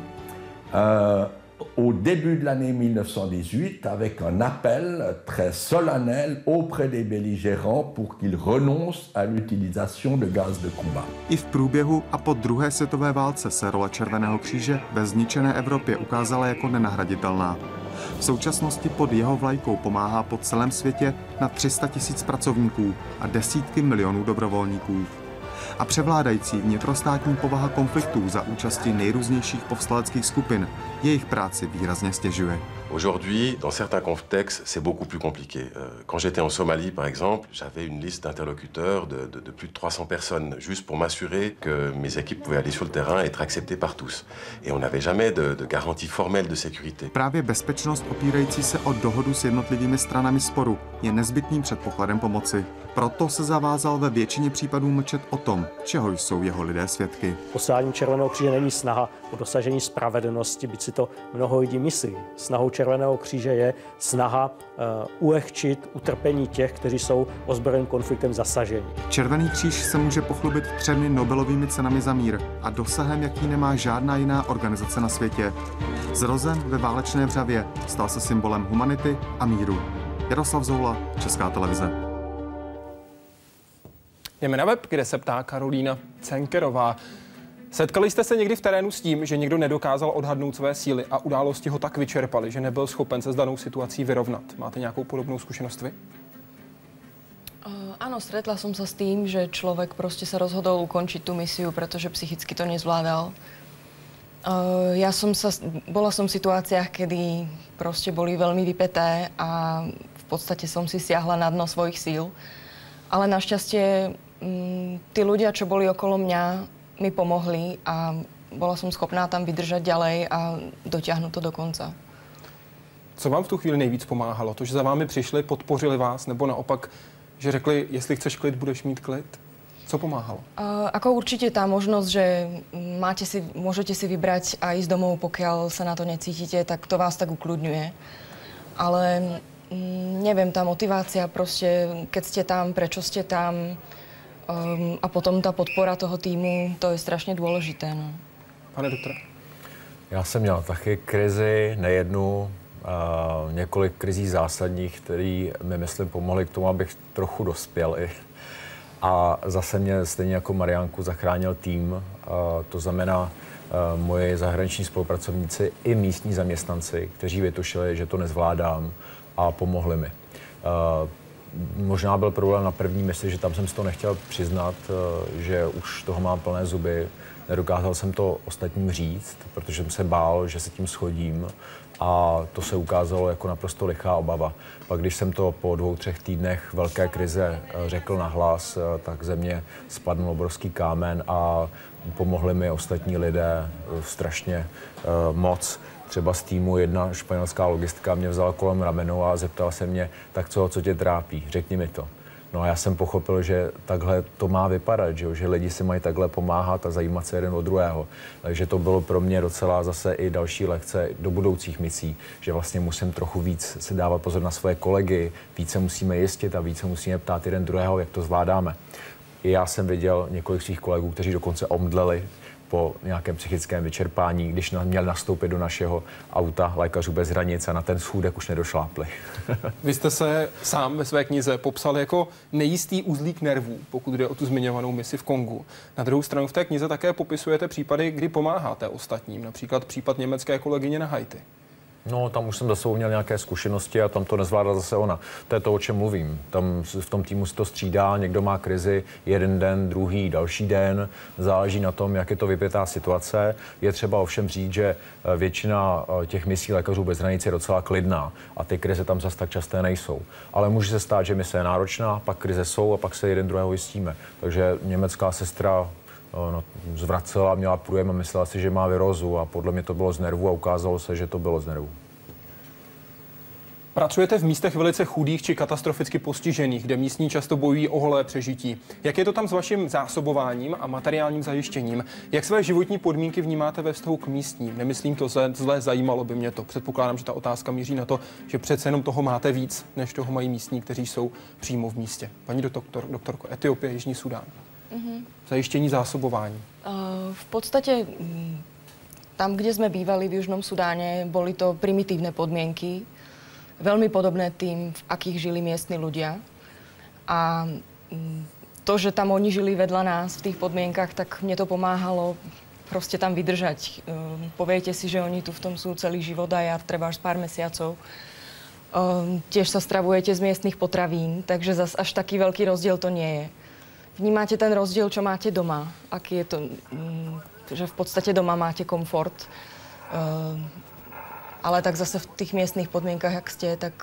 au début de l'année 1918 avec un appel très solennel auprès des belligérants pour qu'ils renoncent à l'utilisation de gaz de combat. I v průběhu a po druhé světové válce se role Červeného kříže ve zničené Evropě ukázala jako nenahraditelná. V současnosti pod jeho vlajkou pomáhá po celém světě na 300 000 pracovníků a desítky milionů dobrovolníků. A převládající vnitrostátní povaha konfliktů za účasti nejrůznějších povstaleckých skupin jejich práci výrazně stěžuje. Aujourd'hui, dans certains contextes, c'est beaucoup plus compliqué. Quand j'étais en Somalie, par exemple, j'avais une liste d'interlocuteurs de plus de 300 personnes, juste pour m'assurer que mes équipes pouvaient aller sur le terrain et être acceptées par tous. Et on n'avait jamais de garantie formelle de sécurité. Právě bezpečnost opírající se o dohodu s jednotlivými stranami sporu je nezbytným předpokladem pomoci. Proto se zavázal ve většině případů mlčet o tom, čeho jsou jeho lidé svědky. Poslání Červeného kříže není snaha o dosažení spravedlnosti, byť si to mnoho lidí myslí. Snahou Červeného kříže je snaha ulehčit utrpení těch, kteří jsou ozbrojeným konfliktem zasaženi. Červený kříž se může pochlubit 3 Nobelovými cenami za mír a dosahem, jaký nemá žádná jiná organizace na světě. Zrozen ve válečné vřavě stal se symbolem humanity a míru. Jaroslav Zoula, Česká televize. Jdeme na web, kde se ptá Karolína Cenkerová. Setkali jste se někdy v terénu s tím, že někdo nedokázal odhadnout své síly a události ho tak vyčerpaly, že nebyl schopen se s danou situací vyrovnat? Máte nějakou podobnou zkušenost vy? Áno, stretla som sa s tým, že človek proste sa rozhodol ukončiť tú misiu, pretože psychicky to nezvládal. Bola som v situáciách, kedy proste boli veľmi vypäté a v podstate som si siahla na dno svojich síl. Ale našťastie tí ľudia, čo boli okolo mňa, mi pomohli a bola som schopná tam vydržať ďalej a dotiahnuť to do konca. Co vám v tu chvíli nejvíc pomáhalo? To, že za vámi přišli, podpořili vás, nebo naopak, že řekli, jestli chceš klid, budeš mít klid? Co pomáhalo? Ako určite tá možnosť, že môžete si vybrať a ísť domov, pokiaľ sa na to necítite, tak to vás tak ukľudňuje. Ale neviem, tá motivácia proste, keď ste tam, prečo ste tam a potom tá podpora toho týmu, to je strašně důležité. No. Pane doktore? Já jsem měl taky krizi, nejednu, několik krizí zásadních, které mi, myslím, pomohly k tomu, abych trochu dospěl i. A zase mě stejně jako Mariánku zachránil tým, to znamená moji zahraniční spolupracovníci i místní zaměstnanci, kteří vytušili, že to nezvládám a pomohli mi. Možná byl problém na první misi, že tam jsem si to nechtěl přiznat, že už toho mám plné zuby. Nedokázal jsem to ostatním říct, protože jsem se bál, že se tím shodím a to se ukázalo jako naprosto lichá obava. Pak když jsem to po 2-3 týdnech velké krize řekl nahlas, tak ze mě spadl obrovský kámen a pomohli mi ostatní lidé strašně moc. Třeba z týmu jedna španělská logistka mě vzala kolem ramenu a zeptala se mě, tak co tě trápí, řekni mi to. No a já jsem pochopil, že takhle to má vypadat, že lidi si mají takhle pomáhat a zajímat se jeden o druhého. Takže to bylo pro mě docela zase i další lekce do budoucích misí, že vlastně musím trochu víc si dávat pozor na svoje kolegy, více musíme jistit a více musíme ptát jeden druhého, jak to zvládáme. I já jsem viděl několik svých kolegů, kteří dokonce omdleli po nějakém psychickém vyčerpání, když měli nastoupit do našeho auta Lékařů bez hranic a na ten schůdek už nedošlápli. Vy jste se sám ve své knize popsal jako nejistý uzlík nervů, pokud jde o tu zmiňovanou misi v Kongu. Na druhou stranu v té knize také popisujete případy, kdy pomáháte ostatním, například případ německé kolegyně na Haiti. No, tam už jsem za sebou měl nějaké zkušenosti a tam to nezvládla zase ona. To je to, o čem mluvím. Tam v tom týmu se to střídá, někdo má krizi jeden den, druhý, další den. Záleží na tom, jak je to vypětá situace. Je třeba ovšem říct, že většina těch misí Lékařů bez hranic je docela klidná a ty krize tam zase tak časté nejsou. Ale může se stát, že mise je náročná, pak krize jsou a pak se jeden druhého jistíme. Takže německá sestra zvracela, měla průjem a myslela si, že má virózu a podle mě to bylo z nervu a ukázalo se, že to bylo z nervu. Pracujete v místech velice chudých či katastroficky postižených, kde místní často bojují o holé přežití. Jak je to tam s vaším zásobováním a materiálním zajištěním? Jak své životní podmínky vnímáte ve vztahu k místním? Nemyslím to zlé, zajímalo by mě to. Předpokládám, že ta otázka míří na to, že přece jenom toho máte víc, než toho mají místní, kteří jsou přímo v místě. Paní doktorko, Etiopie, Jižní Súdán. Zajištění zásobování. V podstate tam, kde sme bývali v Južnom Sudáne, boli to primitívne podmienky, veľmi podobné tým, v akých žili miestni ľudia. A to, že tam oni žili vedľa nás v tých podmienkach, tak mne to pomáhalo proste tam vydržať. Poviete si, že oni tu v tom sú celý život a ja treba až pár mesiacov. Tiež sa stravujete z miestnych potravín, takže zas až taký veľký rozdiel to nie je. Vnímáte ten rozdiel, čo máte doma? Aký je to, že v podstate doma máte komfort, ale tak zase v tých miestnych podmienkach, jak ste, tak...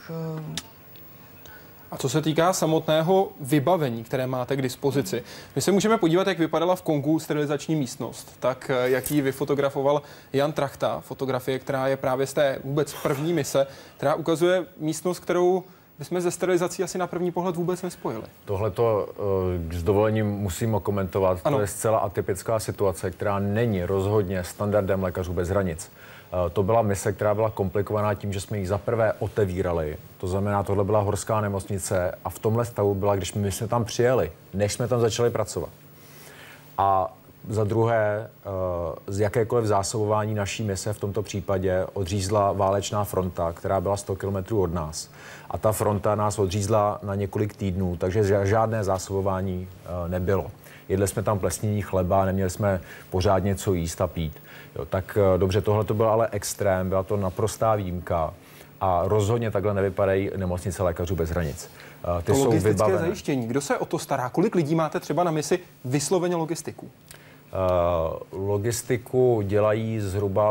A co se týká samotného vybavení, které máte k dispozici, my se můžeme podívat, jak vypadala v Kongu sterilizační místnost, tak jak ji vyfotografoval Jan Trachta, fotografie, která je právě z té vůbec první mise, která ukazuje místnost, kterou bychom ze sterilizací asi na první pohled vůbec nespojili. Tohleto s dovolením musím komentovat. Ano. To je zcela atypická situace, která není rozhodně standardem Lékařů bez hranic. To byla mise, která byla komplikovaná tím, že jsme ji zaprvé otevírali. To znamená, tohle byla horská nemocnice a v tomhle stavu byla, když my jsme tam přijeli, než jsme tam začali pracovat. A za druhé, z jakékoliv zásobování naší mise v tomto případě odřízla válečná fronta, která byla 100 kilometrů od nás. A ta fronta nás odřízla na několik týdnů, takže žádné zásobování nebylo. Jedli jsme tam plesnění chleba, neměli jsme pořádně co jíst a pít. Jo, tak dobře, tohle to byl ale extrém, byla to naprostá výjimka a rozhodně takhle nevypadají nemocnice Lékařů bez hranic. Ty to logistické vybavené. Zajištění, kdo se o to stará? Kolik lidí máte třeba na misi vysloveně logistiku? Logistiku dělají zhruba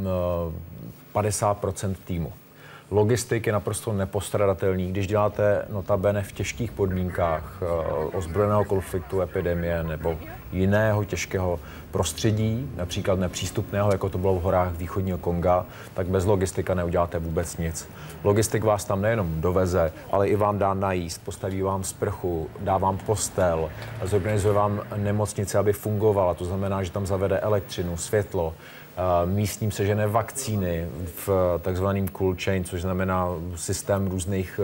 50% týmu. Logistik je naprosto nepostradatelný, když děláte notabene v těžkých podmínkách ozbrojeného konfliktu, epidemie nebo jiného těžkého prostředí, například nepřístupného, jako to bylo v horách východního Konga, tak bez logistika neuděláte vůbec nic. Logistik vás tam nejenom doveze, ale i vám dá najíst, postaví vám sprchu, dá vám postel, zorganizuje vám nemocnice, aby fungovala, to znamená, že tam zavede elektřinu, světlo, místním sežene vakcíny v takzvaným cool chain, což znamená systém různých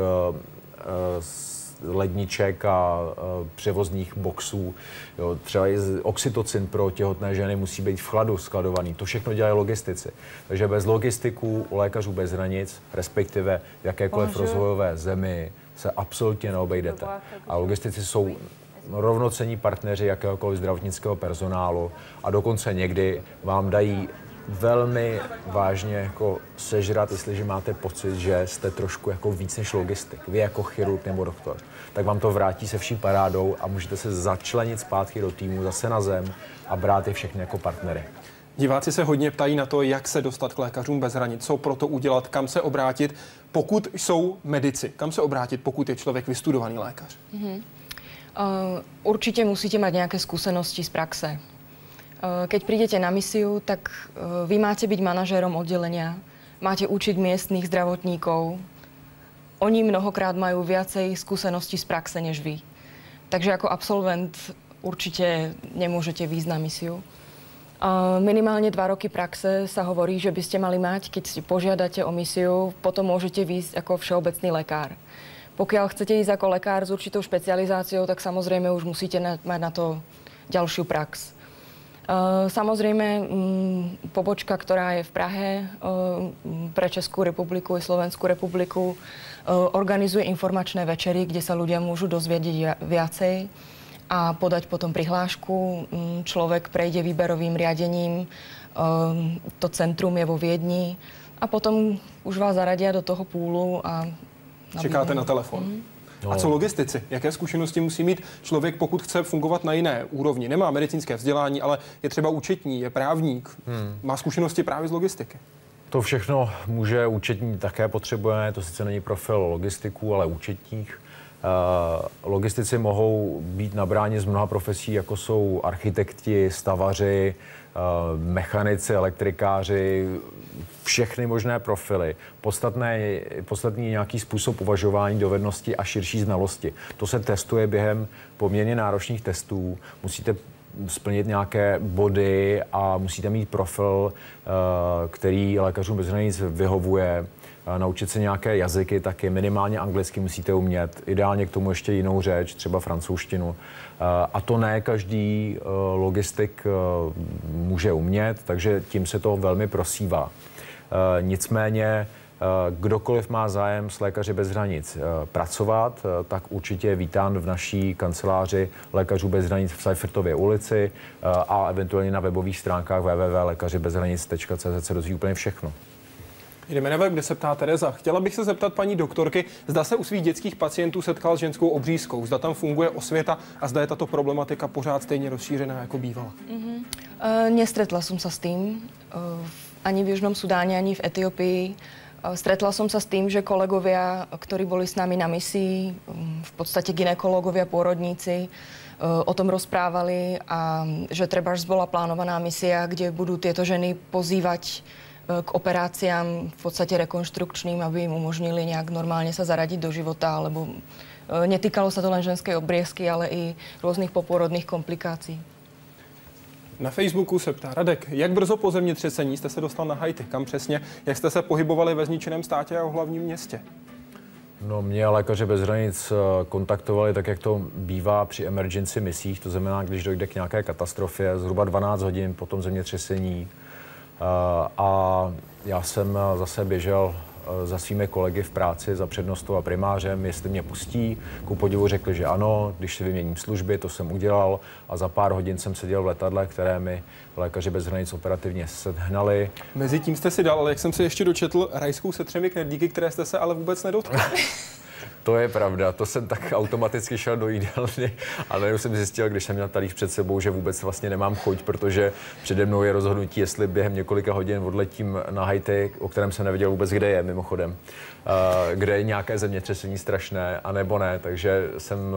ledniček a převozních boxů. Jo, třeba i oxytocin pro těhotné ženy musí být v chladu skladovaný. To všechno dělají logistici. Takže bez logistiků u Lékařů bez hranic, respektive v jakékoliv rozvojové zemi, se absolutně neobejdete. A logistici jsou rovnocenní partneři jakéhokoliv zdravotnického personálu a dokonce někdy vám dají velmi vážně jako sežrat, jestliže máte pocit, že jste trošku jako víc než logistik. Vy jako chirurg nebo doktor. Tak vám to vrátí se vší parádou a můžete se začlenit zpátky do týmu, zase na zem a brát je všechny jako partnery. Diváci se hodně ptají na to, jak se dostat k Lékařům bez hranic, co pro to udělat, kam se obrátit, pokud jsou medici, kam se obrátit, pokud je člověk vystudovaný lékař. Určite musíte mať nejaké skúsenosti z praxe. Keď prídete na misiu, tak vy máte byť manažérom oddelenia, máte učiť miestnych zdravotníkov. Oni mnohokrát majú viacej skúseností z praxe než vy. Takže ako absolvent určite nemôžete výjsť na misiu. Minimálne 2 roky praxe sa hovorí, že by ste mali mať, keď si požiadate o misiu, potom môžete výjsť ako všeobecný lekár. Pokiaľ chcete ísť ako lekár s určitou špecializáciou, tak samozrejme už musíte mať na to ďalšiu prax. Samozrejme, pobočka, ktorá je v Prahe pre Českú republiku i Slovenskú republiku, organizuje informačné večery, kde sa ľudia môžu dozvedieť viacej a podať potom prihlášku. Človek prejde výberovým riadením, to centrum je vo Viedni a potom už vás zaradia do toho púlu a čekáte na telefon. A co logistici? Jaké zkušenosti musí mít člověk, pokud chce fungovat na jiné úrovni? Nemá medicínské vzdělání, ale je třeba účetní, je právník, má zkušenosti právě z logistiky. To všechno může účetní také potřebuje, to sice není profil logistiků, ale účetních. Logistici mohou být nabráni z mnoha profesí, jako jsou architekti, stavaři, mechanici, elektrikáři, všechny možné profily. Podstatný je nějaký způsob uvažování, dovednosti a širší znalosti. To se testuje během poměrně náročných testů. Musíte splnit nějaké body a musíte mít profil, který Lékařům bez hranic vyhovuje. Naučit se nějaké jazyky, taky minimálně anglicky musíte umět. Ideálně k tomu ještě jinou řeč, třeba francouzštinu. A to ne každý logistik může umět, takže tím se to velmi prosívá. Nicméně, kdokoliv má zájem s Lékaři bez hranic pracovat, tak určitě je vítán v naší kanceláři Lékařů bez hranic v Seifertově ulici a eventuálně na webových stránkách www.lekařibezhranic.cz se dozví úplně všechno. Jdeme na web, kde se ptá Tereza. Chtěla bych se zeptat paní doktorky, zda se u svých dětských pacientů setkal s ženskou obřízkou, zda tam funguje osvěta a zda je tato problematika pořád stejně rozšířená, jako bývala. Nestretla som sa s tým ani v Južnom Sudáne, ani v Etiópii. Stretla som sa s tým, že kolegovia, ktorí boli s nami na misii, v podstate gynekológovia, pôrodníci, o tom rozprávali a že trebárs bola plánovaná misia, kde budú tieto ženy pozývať k operáciám v podstate rekonštrukčným, aby im umožnili nejak normálne sa zaradiť do života, alebo netýkalo sa to len ženskej obriezky, ale i rôznych popôrodných komplikácií. Na Facebooku se ptá Radek, jak brzo po zemětřesení jste se dostal na Haiti? Kam přesně? Jak jste se pohybovali ve zničeném státě a v hlavním městě? No, mě Lékaři bez hranic kontaktovali tak, jak to bývá při emergency misích, to znamená, když dojde k nějaké katastrofě, zhruba 12 hodin po tom zemětřesení. A já jsem zase běžel za svými kolegy v práci, za přednostou a primářem, jestli mě pustí. Ku podivu řekli, že ano, když si vyměním služby, to jsem udělal a za pár hodin jsem seděl v letadle, které mi Lékaři bez hranic operativně sehnali. Mezitím jste si dal, ale jak jsem si ještě dočetl, rajskou se 3 knedlíky, které jste se ale vůbec nedotkl. To je pravda, to jsem tak automaticky šel do jídelny a najednou jsem zjistil, když jsem měl talíř před sebou, že vůbec vlastně nemám chuť, protože přede mnou je rozhodnutí, jestli během několika hodin odletím na Haiti, o kterém jsem nevěděl vůbec, kde je mimochodem, kde je nějaké zemětřesení strašné, anebo ne, takže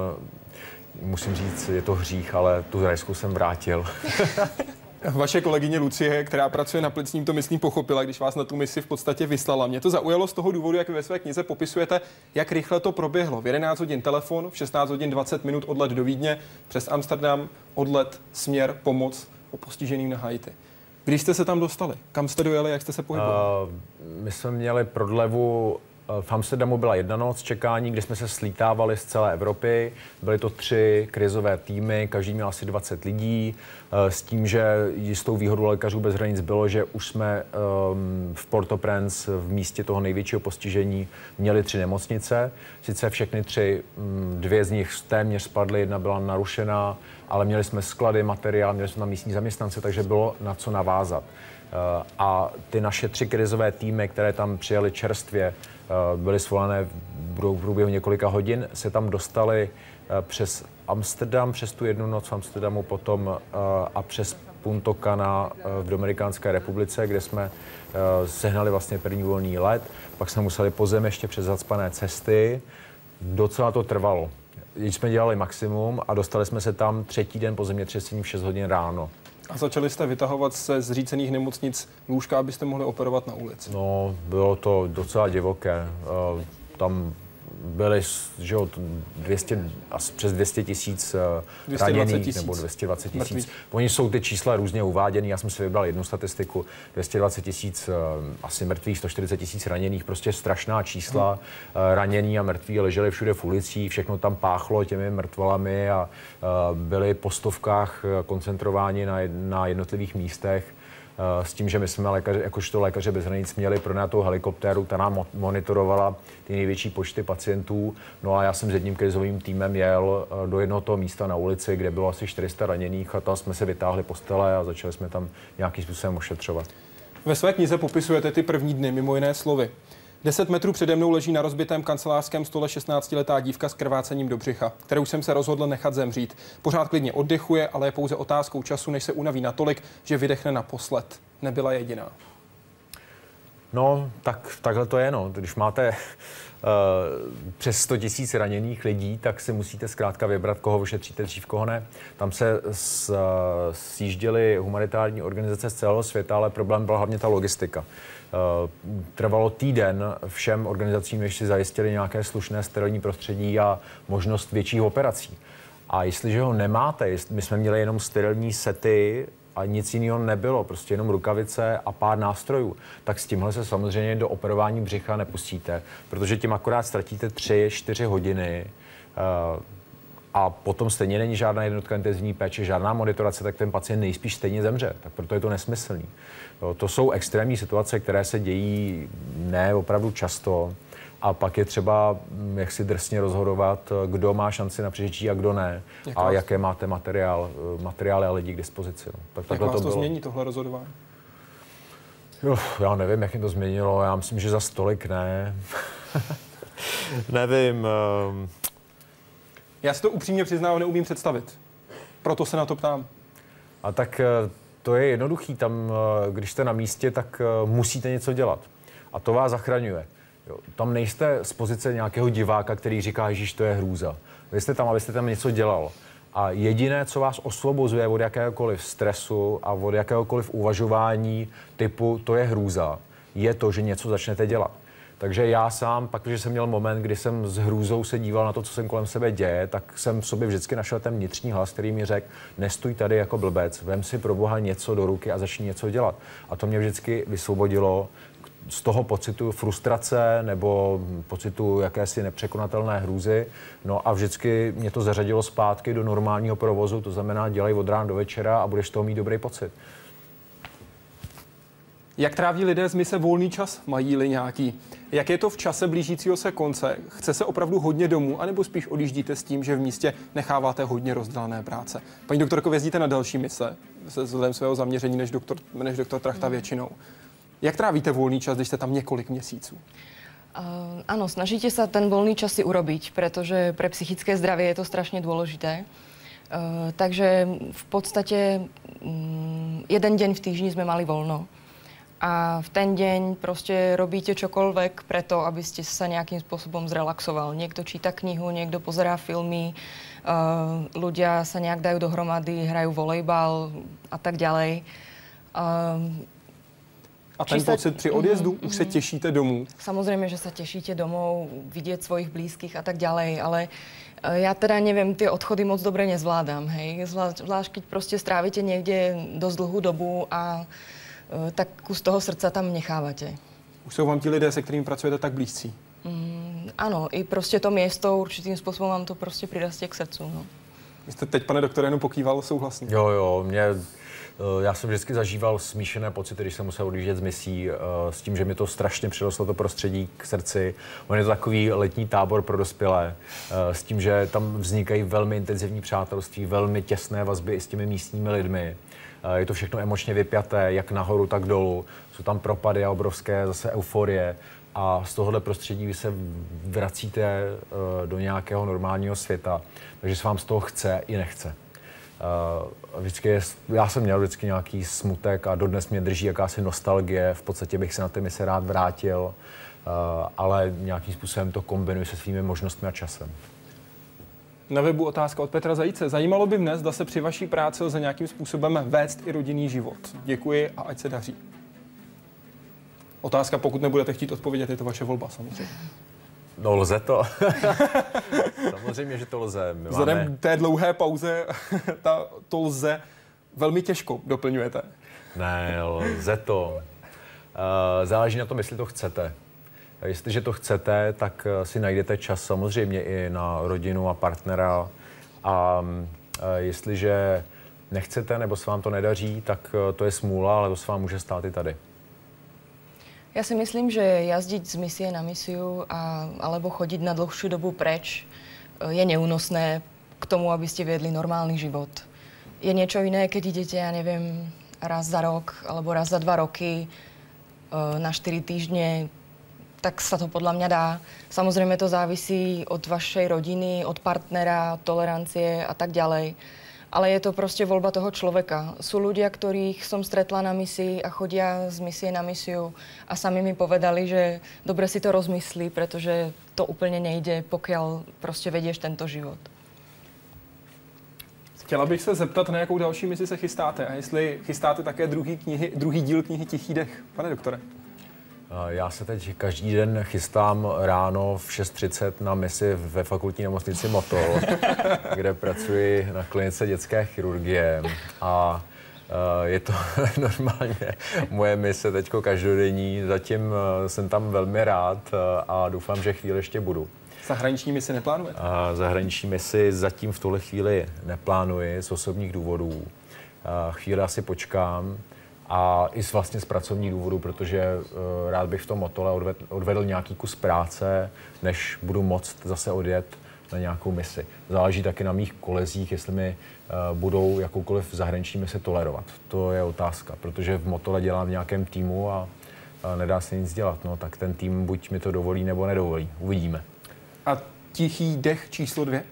musím říct, je to hřích, ale tu rajskou jsem vrátil. Vaše kolegyně Lucie, která pracuje na plicním, to myslím pochopila, když vás na tu misi v podstatě vyslala. Mě to zaujalo z toho důvodu, jak vy ve své knize popisujete, jak rychle to proběhlo. V 11 hodin telefon, v 16 hodin 20 minut odlet do Vídně, přes Amsterdam, odlet, směr, pomoc o postiženým na Haiti. Když jste se tam dostali? Kam jste dojeli, jak jste se pohybovali? My jsme měli prodlevu. V Amsterdamu byla 1 noc čekání, kde jsme se slítávali z celé Evropy. Byly to 3 krizové týmy, každý měl asi 20 lidí. S tím, že jistou výhodou Lékařů bez hranic bylo, že už jsme v Port-au-Prince, v místě toho největšího postižení, měli 3 nemocnice. Sice všechny 3, 2 z nich téměř spadly, 1 byla narušená, ale měli jsme sklady, materiál, měli jsme tam místní zaměstnance, takže bylo na co navázat. A ty naše 3 krizové týmy, které tam přijeli čerstvě, byly svolané v průběhu několika hodin, se tam dostali přes Amsterdam, přes tu 1 noc v Amsterdamu potom a přes Punta Cana v Dominikánské republice, kde jsme sehnali vlastně první volný let. Pak jsme museli po zemi ještě přes zacpané cesty. Docela to trvalo. Jsme dělali maximum a dostali jsme se tam 3. den po zemětřesení v 6 hodin ráno. A začali jste vytahovat se zřícených nemocnic lůžka, abyste mohli operovat na ulici? No, bylo to docela divoké. Tam byly, že jo, 200, přes 200 tisíc raněných nebo 220 tisíc. Oni jsou ty čísla různě uváděný, já jsem si vybral jednu statistiku, 220 tisíc asi mrtvých, 140 tisíc raněných, prostě strašná čísla. Ranění a mrtví leželi všude v ulicích, všechno tam páchlo těmi mrtvolami a byli po stovkách koncentrováni na jednotlivých místech. S tím, že my jsme jakožto lékaře bez hranic měli pronajatou helikoptéru, ta nám monitorovala ty největší počty pacientů. No a já jsem s jedním krizovým týmem jel do jednoho toho místa na ulici, kde bylo asi 400 raněných a tam jsme se vytáhli postele a začali jsme tam nějakým způsobem ošetřovat. Ve své knize popisujete ty první dny, mimo jiné slovy. 10 metrů přede mnou leží na rozbitém kancelářském stole 16letá dívka s krvácením do břicha, kterou jsem se rozhodl nechat zemřít. Pořád klidně oddechuje, ale je pouze otázkou času, než se unaví natolik, že vydechne naposled. Nebyla jediná. No, takhle to je, no. Když máte přes 100 tisíc raněných lidí, tak si musíte zkrátka vybrat, koho ošetříte dřív, koho ne. Tam se sjížděly humanitární organizace z celého světa, ale problém byla hlavně ta logistika. Trvalo týden všem organizacím, než si zajistili nějaké slušné sterilní prostředí a možnost větších operací. A jestliže ho nemáte, my jsme měli jenom sterilní sety a nic jiného nebylo, prostě jenom rukavice a pár nástrojů, tak s tímhle se samozřejmě do operování břicha nepustíte, protože tím akorát ztratíte 3-4 hodiny a potom stejně není žádná jednotka intenzivní péče, žádná monitorace, tak ten pacient nejspíš stejně zemře, tak proto je to nesmyslný. To jsou extrémní situace, které se dějí ne opravdu často a pak je třeba jak si drsně rozhodovat, kdo má šanci na přežití a kdo ne a jaké máte materiály a lidi k dispozici. No. Jak vás to změní, tohle rozhodování? Jo, já nevím, jak mě to změnilo, já myslím, že za stolik ne. Nevím. Já si to upřímně přiznám, neumím představit. Proto se na to ptám. A tak to je jednoduchý. Tam, když jste na místě, tak musíte něco dělat. A to vás zachraňuje. Jo, tam nejste z pozice nějakého diváka, který říká, Ježíš, to je hrůza. Vy jste tam, abyste tam něco dělal. A jediné, co vás osvobozuje od jakéhokoliv stresu a od jakéhokoliv uvažování typu, to je hrůza, je to, že něco začnete dělat. Takže já sám, pak, když jsem měl moment, kdy jsem s hrůzou se díval na to, co se kolem sebe děje, tak jsem v sobě vždycky našel ten vnitřní hlas, který mi řekl, nestůj tady jako blbec, vem si pro Boha něco do ruky a začni něco dělat. A to mě vždycky vysvobodilo z toho pocitu frustrace nebo pocitu jakési nepřekonatelné hrůzy. No a vždycky mě to zařadilo zpátky do normálního provozu, to znamená dělej od rána do večera a budeš z toho mít dobrý pocit. Jak tráví lidé z mise volný čas? Mají-li nějaký? Jak je to v čase blížícího se konce? Chce se opravdu hodně domů, anebo spíš odjíždíte s tím, že v místě necháváte hodně rozdělané práce? Paní doktorko, jezdíte na další mise se vzhledem svého zaměření než doktor Trachta většinou. Jak trávíte volný čas, když jste tam několik měsíců? Áno, snažíte sa ten voľný čas si urobiť, pretože pre psychické zdravie je to strašne dôležité. Takže v podstate jeden deň v týždni sme mali voľno. A v ten deň proste robíte čokoľvek preto, aby ste sa nejakým spôsobom zrelaxoval. Niekto číta knihu, niekto pozerá filmy, ľudia sa nejak dajú dohromady, hrajú volejbal a tak ďalej. A ten pocit při odjezdu, už se těšíte domů? Samozrejme, že sa tešíte domov, vidieť svojich blízkych a tak ďalej, ale ja teda neviem, tie odchody moc dobre nezvládam, hej. Zvlášť, keď proste strávite niekde dosť dlhú dobu a tak kus toho srdca tam nechávate. Už jsou vám ti lidé, se kterými pracujete, tak blízcí? Áno, i proste to miesto určitým spôsobom vám to proste prirastie k srdcu, no. Vy jste teď, pane doktore, jenom pokýval souhlasně. Jo, já jsem vždycky zažíval smíšené pocity, když jsem musel odjíždět z misí, s tím, že mi to strašně přirostlo to prostředí k srdci. On je to takový letní tábor pro dospělé, s tím, že tam vznikají velmi intenzivní přátelství, velmi těsné vazby i s těmi místními lidmi. Je to všechno emočně vypjaté, jak nahoru, tak dolů. Jsou tam propady a obrovské zase euforie. A z tohohle prostředí vy se vracíte do nějakého světa, takže se vám z toho chce i nechce. Já jsem měl vždycky nějaký smutek a dodnes mě drží jakási nostalgie, v podstatě bych se na ty mise rád vrátil, ale nějakým způsobem to kombinuji se svými možnostmi a časem. Na webu otázka od Petra Zajíce. Zajímalo by mne, zda se při vaší práci lze nějakým způsobem vést i rodinný život. Děkuji a ať se daří. Otázka, pokud nebudete chtít odpovědět, je to vaše volba samozřejmě. No lze to. Samozřejmě, že to lze. Vzhledem k té dlouhé pauze to lze velmi těžko doplňujete. Ne, lze to. Záleží na tom, jestli to chcete. Jestliže to chcete, tak si najdete čas samozřejmě i na rodinu a partnera. A jestliže nechcete nebo se vám to nedaří, tak to je smůla, ale to se vám může stát i tady. Ja si myslím, že jazdiť z misie na misiu alebo chodiť na dlhšiu dobu preč je neúnosné k tomu, aby ste viedli normálny život. Je niečo iné, keď idete, ja neviem, raz za rok alebo raz za 2 roky na 4 týždne, tak sa to podľa mňa dá. Samozrejme to závisí od vašej rodiny, od partnera, od tolerancie a tak ďalej. Ale je to proste voľba toho človeka. Sú ľudia, ktorých som stretla na misii a chodia z misie na misiu a sami mi povedali, že dobre si to rozmyslí, pretože to úplne nejde, pokiaľ proste vedieš tento život. Chtěla bych se zeptat, na jakou další misi se chystáte a jestli chystáte také druhý díl knihy Tichý dech. Pane doktore. Já se teď každý den chystám ráno v 6:30 na misi ve fakultní nemocnici Motol, kde pracuji na klinice dětské chirurgie a je to normálně moje mise teďko každodenní. Zatím jsem tam velmi rád a doufám, že chvíli ještě budu. Zahraniční misi neplánujete? Zahraniční misi zatím v tuhle chvíli neplánuji z osobních důvodů. Chvíli asi počkám. A i vlastně z pracovních důvodů, protože rád bych v tom Motole odvedl nějaký kus práce, než budu moct zase odjet na nějakou misi. Záleží taky na mých kolezích, jestli mi budou jakoukoliv zahraniční misi tolerovat. To je otázka, protože v Motole dělám v nějakém týmu a nedá se nic dělat. No, tak ten tým buď mi to dovolí, nebo nedovolí. Uvidíme. A Tichý dech číslo 2?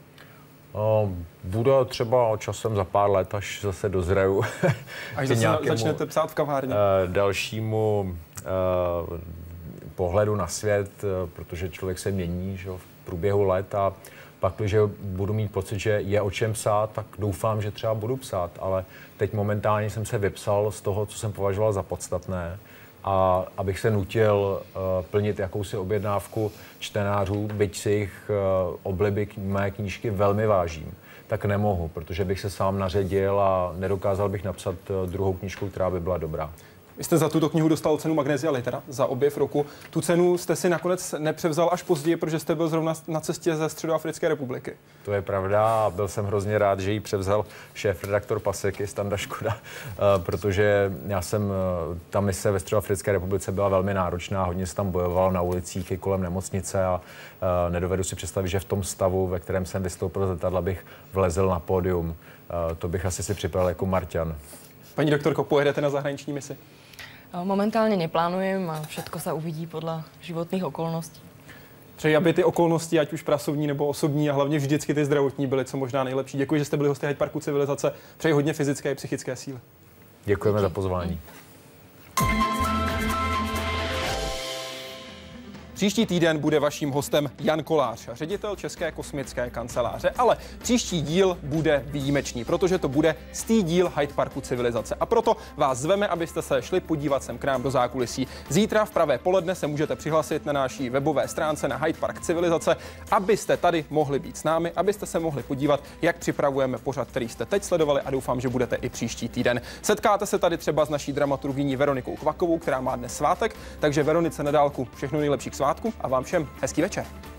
Bude třeba časem za pár let, až zase dozreju. Až začnete psát v kavárně. Dalšímu pohledu na svět, protože člověk se mění, že, v průběhu let a pak, když budu mít pocit, že je o čem psát, tak doufám, že třeba budu psát, ale teď momentálně jsem se vypsal z toho, co jsem považoval za podstatné. A abych se nutil plnit jakousi objednávku čtenářů, byť si jich obliby mé knížky velmi vážím, tak nemohu, protože bych se sám naředil a nedokázal bych napsat druhou knížku, která by byla dobrá. Vy jste za tuto knihu dostal cenu Magnesia Litera za objev roku. Tu cenu jste si nakonec nepřevzal až později, protože jste byl zrovna na cestě ze Středoafrické republiky. To je pravda a byl jsem hrozně rád, že ji převzal šéfredaktor Paseky Standa Škoda, protože ta mise ve Středoafrické republice byla velmi náročná, hodně se tam bojovalo na ulicích i kolem nemocnice a nedovedu si představit, že v tom stavu, ve kterém jsem vystoupil z letadla, bych vlezl na pódium. To bych asi si připravil jako Marťan. Paní doktorko, pojedete na zahraniční misi? Momentálne neplánujem a všetko sa uvidí podľa životných okolností. Přeji, aby ty okolnosti, ať už pracovní nebo osobní a hlavně vždycky ty zdravotní, byly co možná nejlepší. Děkuji, že jste byli hosty Hyde Parku Civilizace. Přeji hodně fyzické i psychické síly. Děkujeme za pozvání. Příští týden bude vaším hostem Jan Kolář, ředitel České kosmické kanceláře, ale příští díl bude výjimečný, protože to bude 100. díl Hyde Parku Civilizace. A proto vás zveme, abyste se šli podívat sem k nám do zákulisí. Zítra v pravé poledne se můžete přihlásit na naší webové stránce na Hyde Park Civilizace, abyste tady mohli být s námi, abyste se mohli podívat, jak připravujeme pořad, který jste teď sledovali a doufám, že budete i příští týden. Setkáte se tady třeba s naší dramaturgyní Veronikou Kvakovou, která má dnes svátek, takže Veronice na dálku všechno nejlepší k svátku a vám všem hezký večer.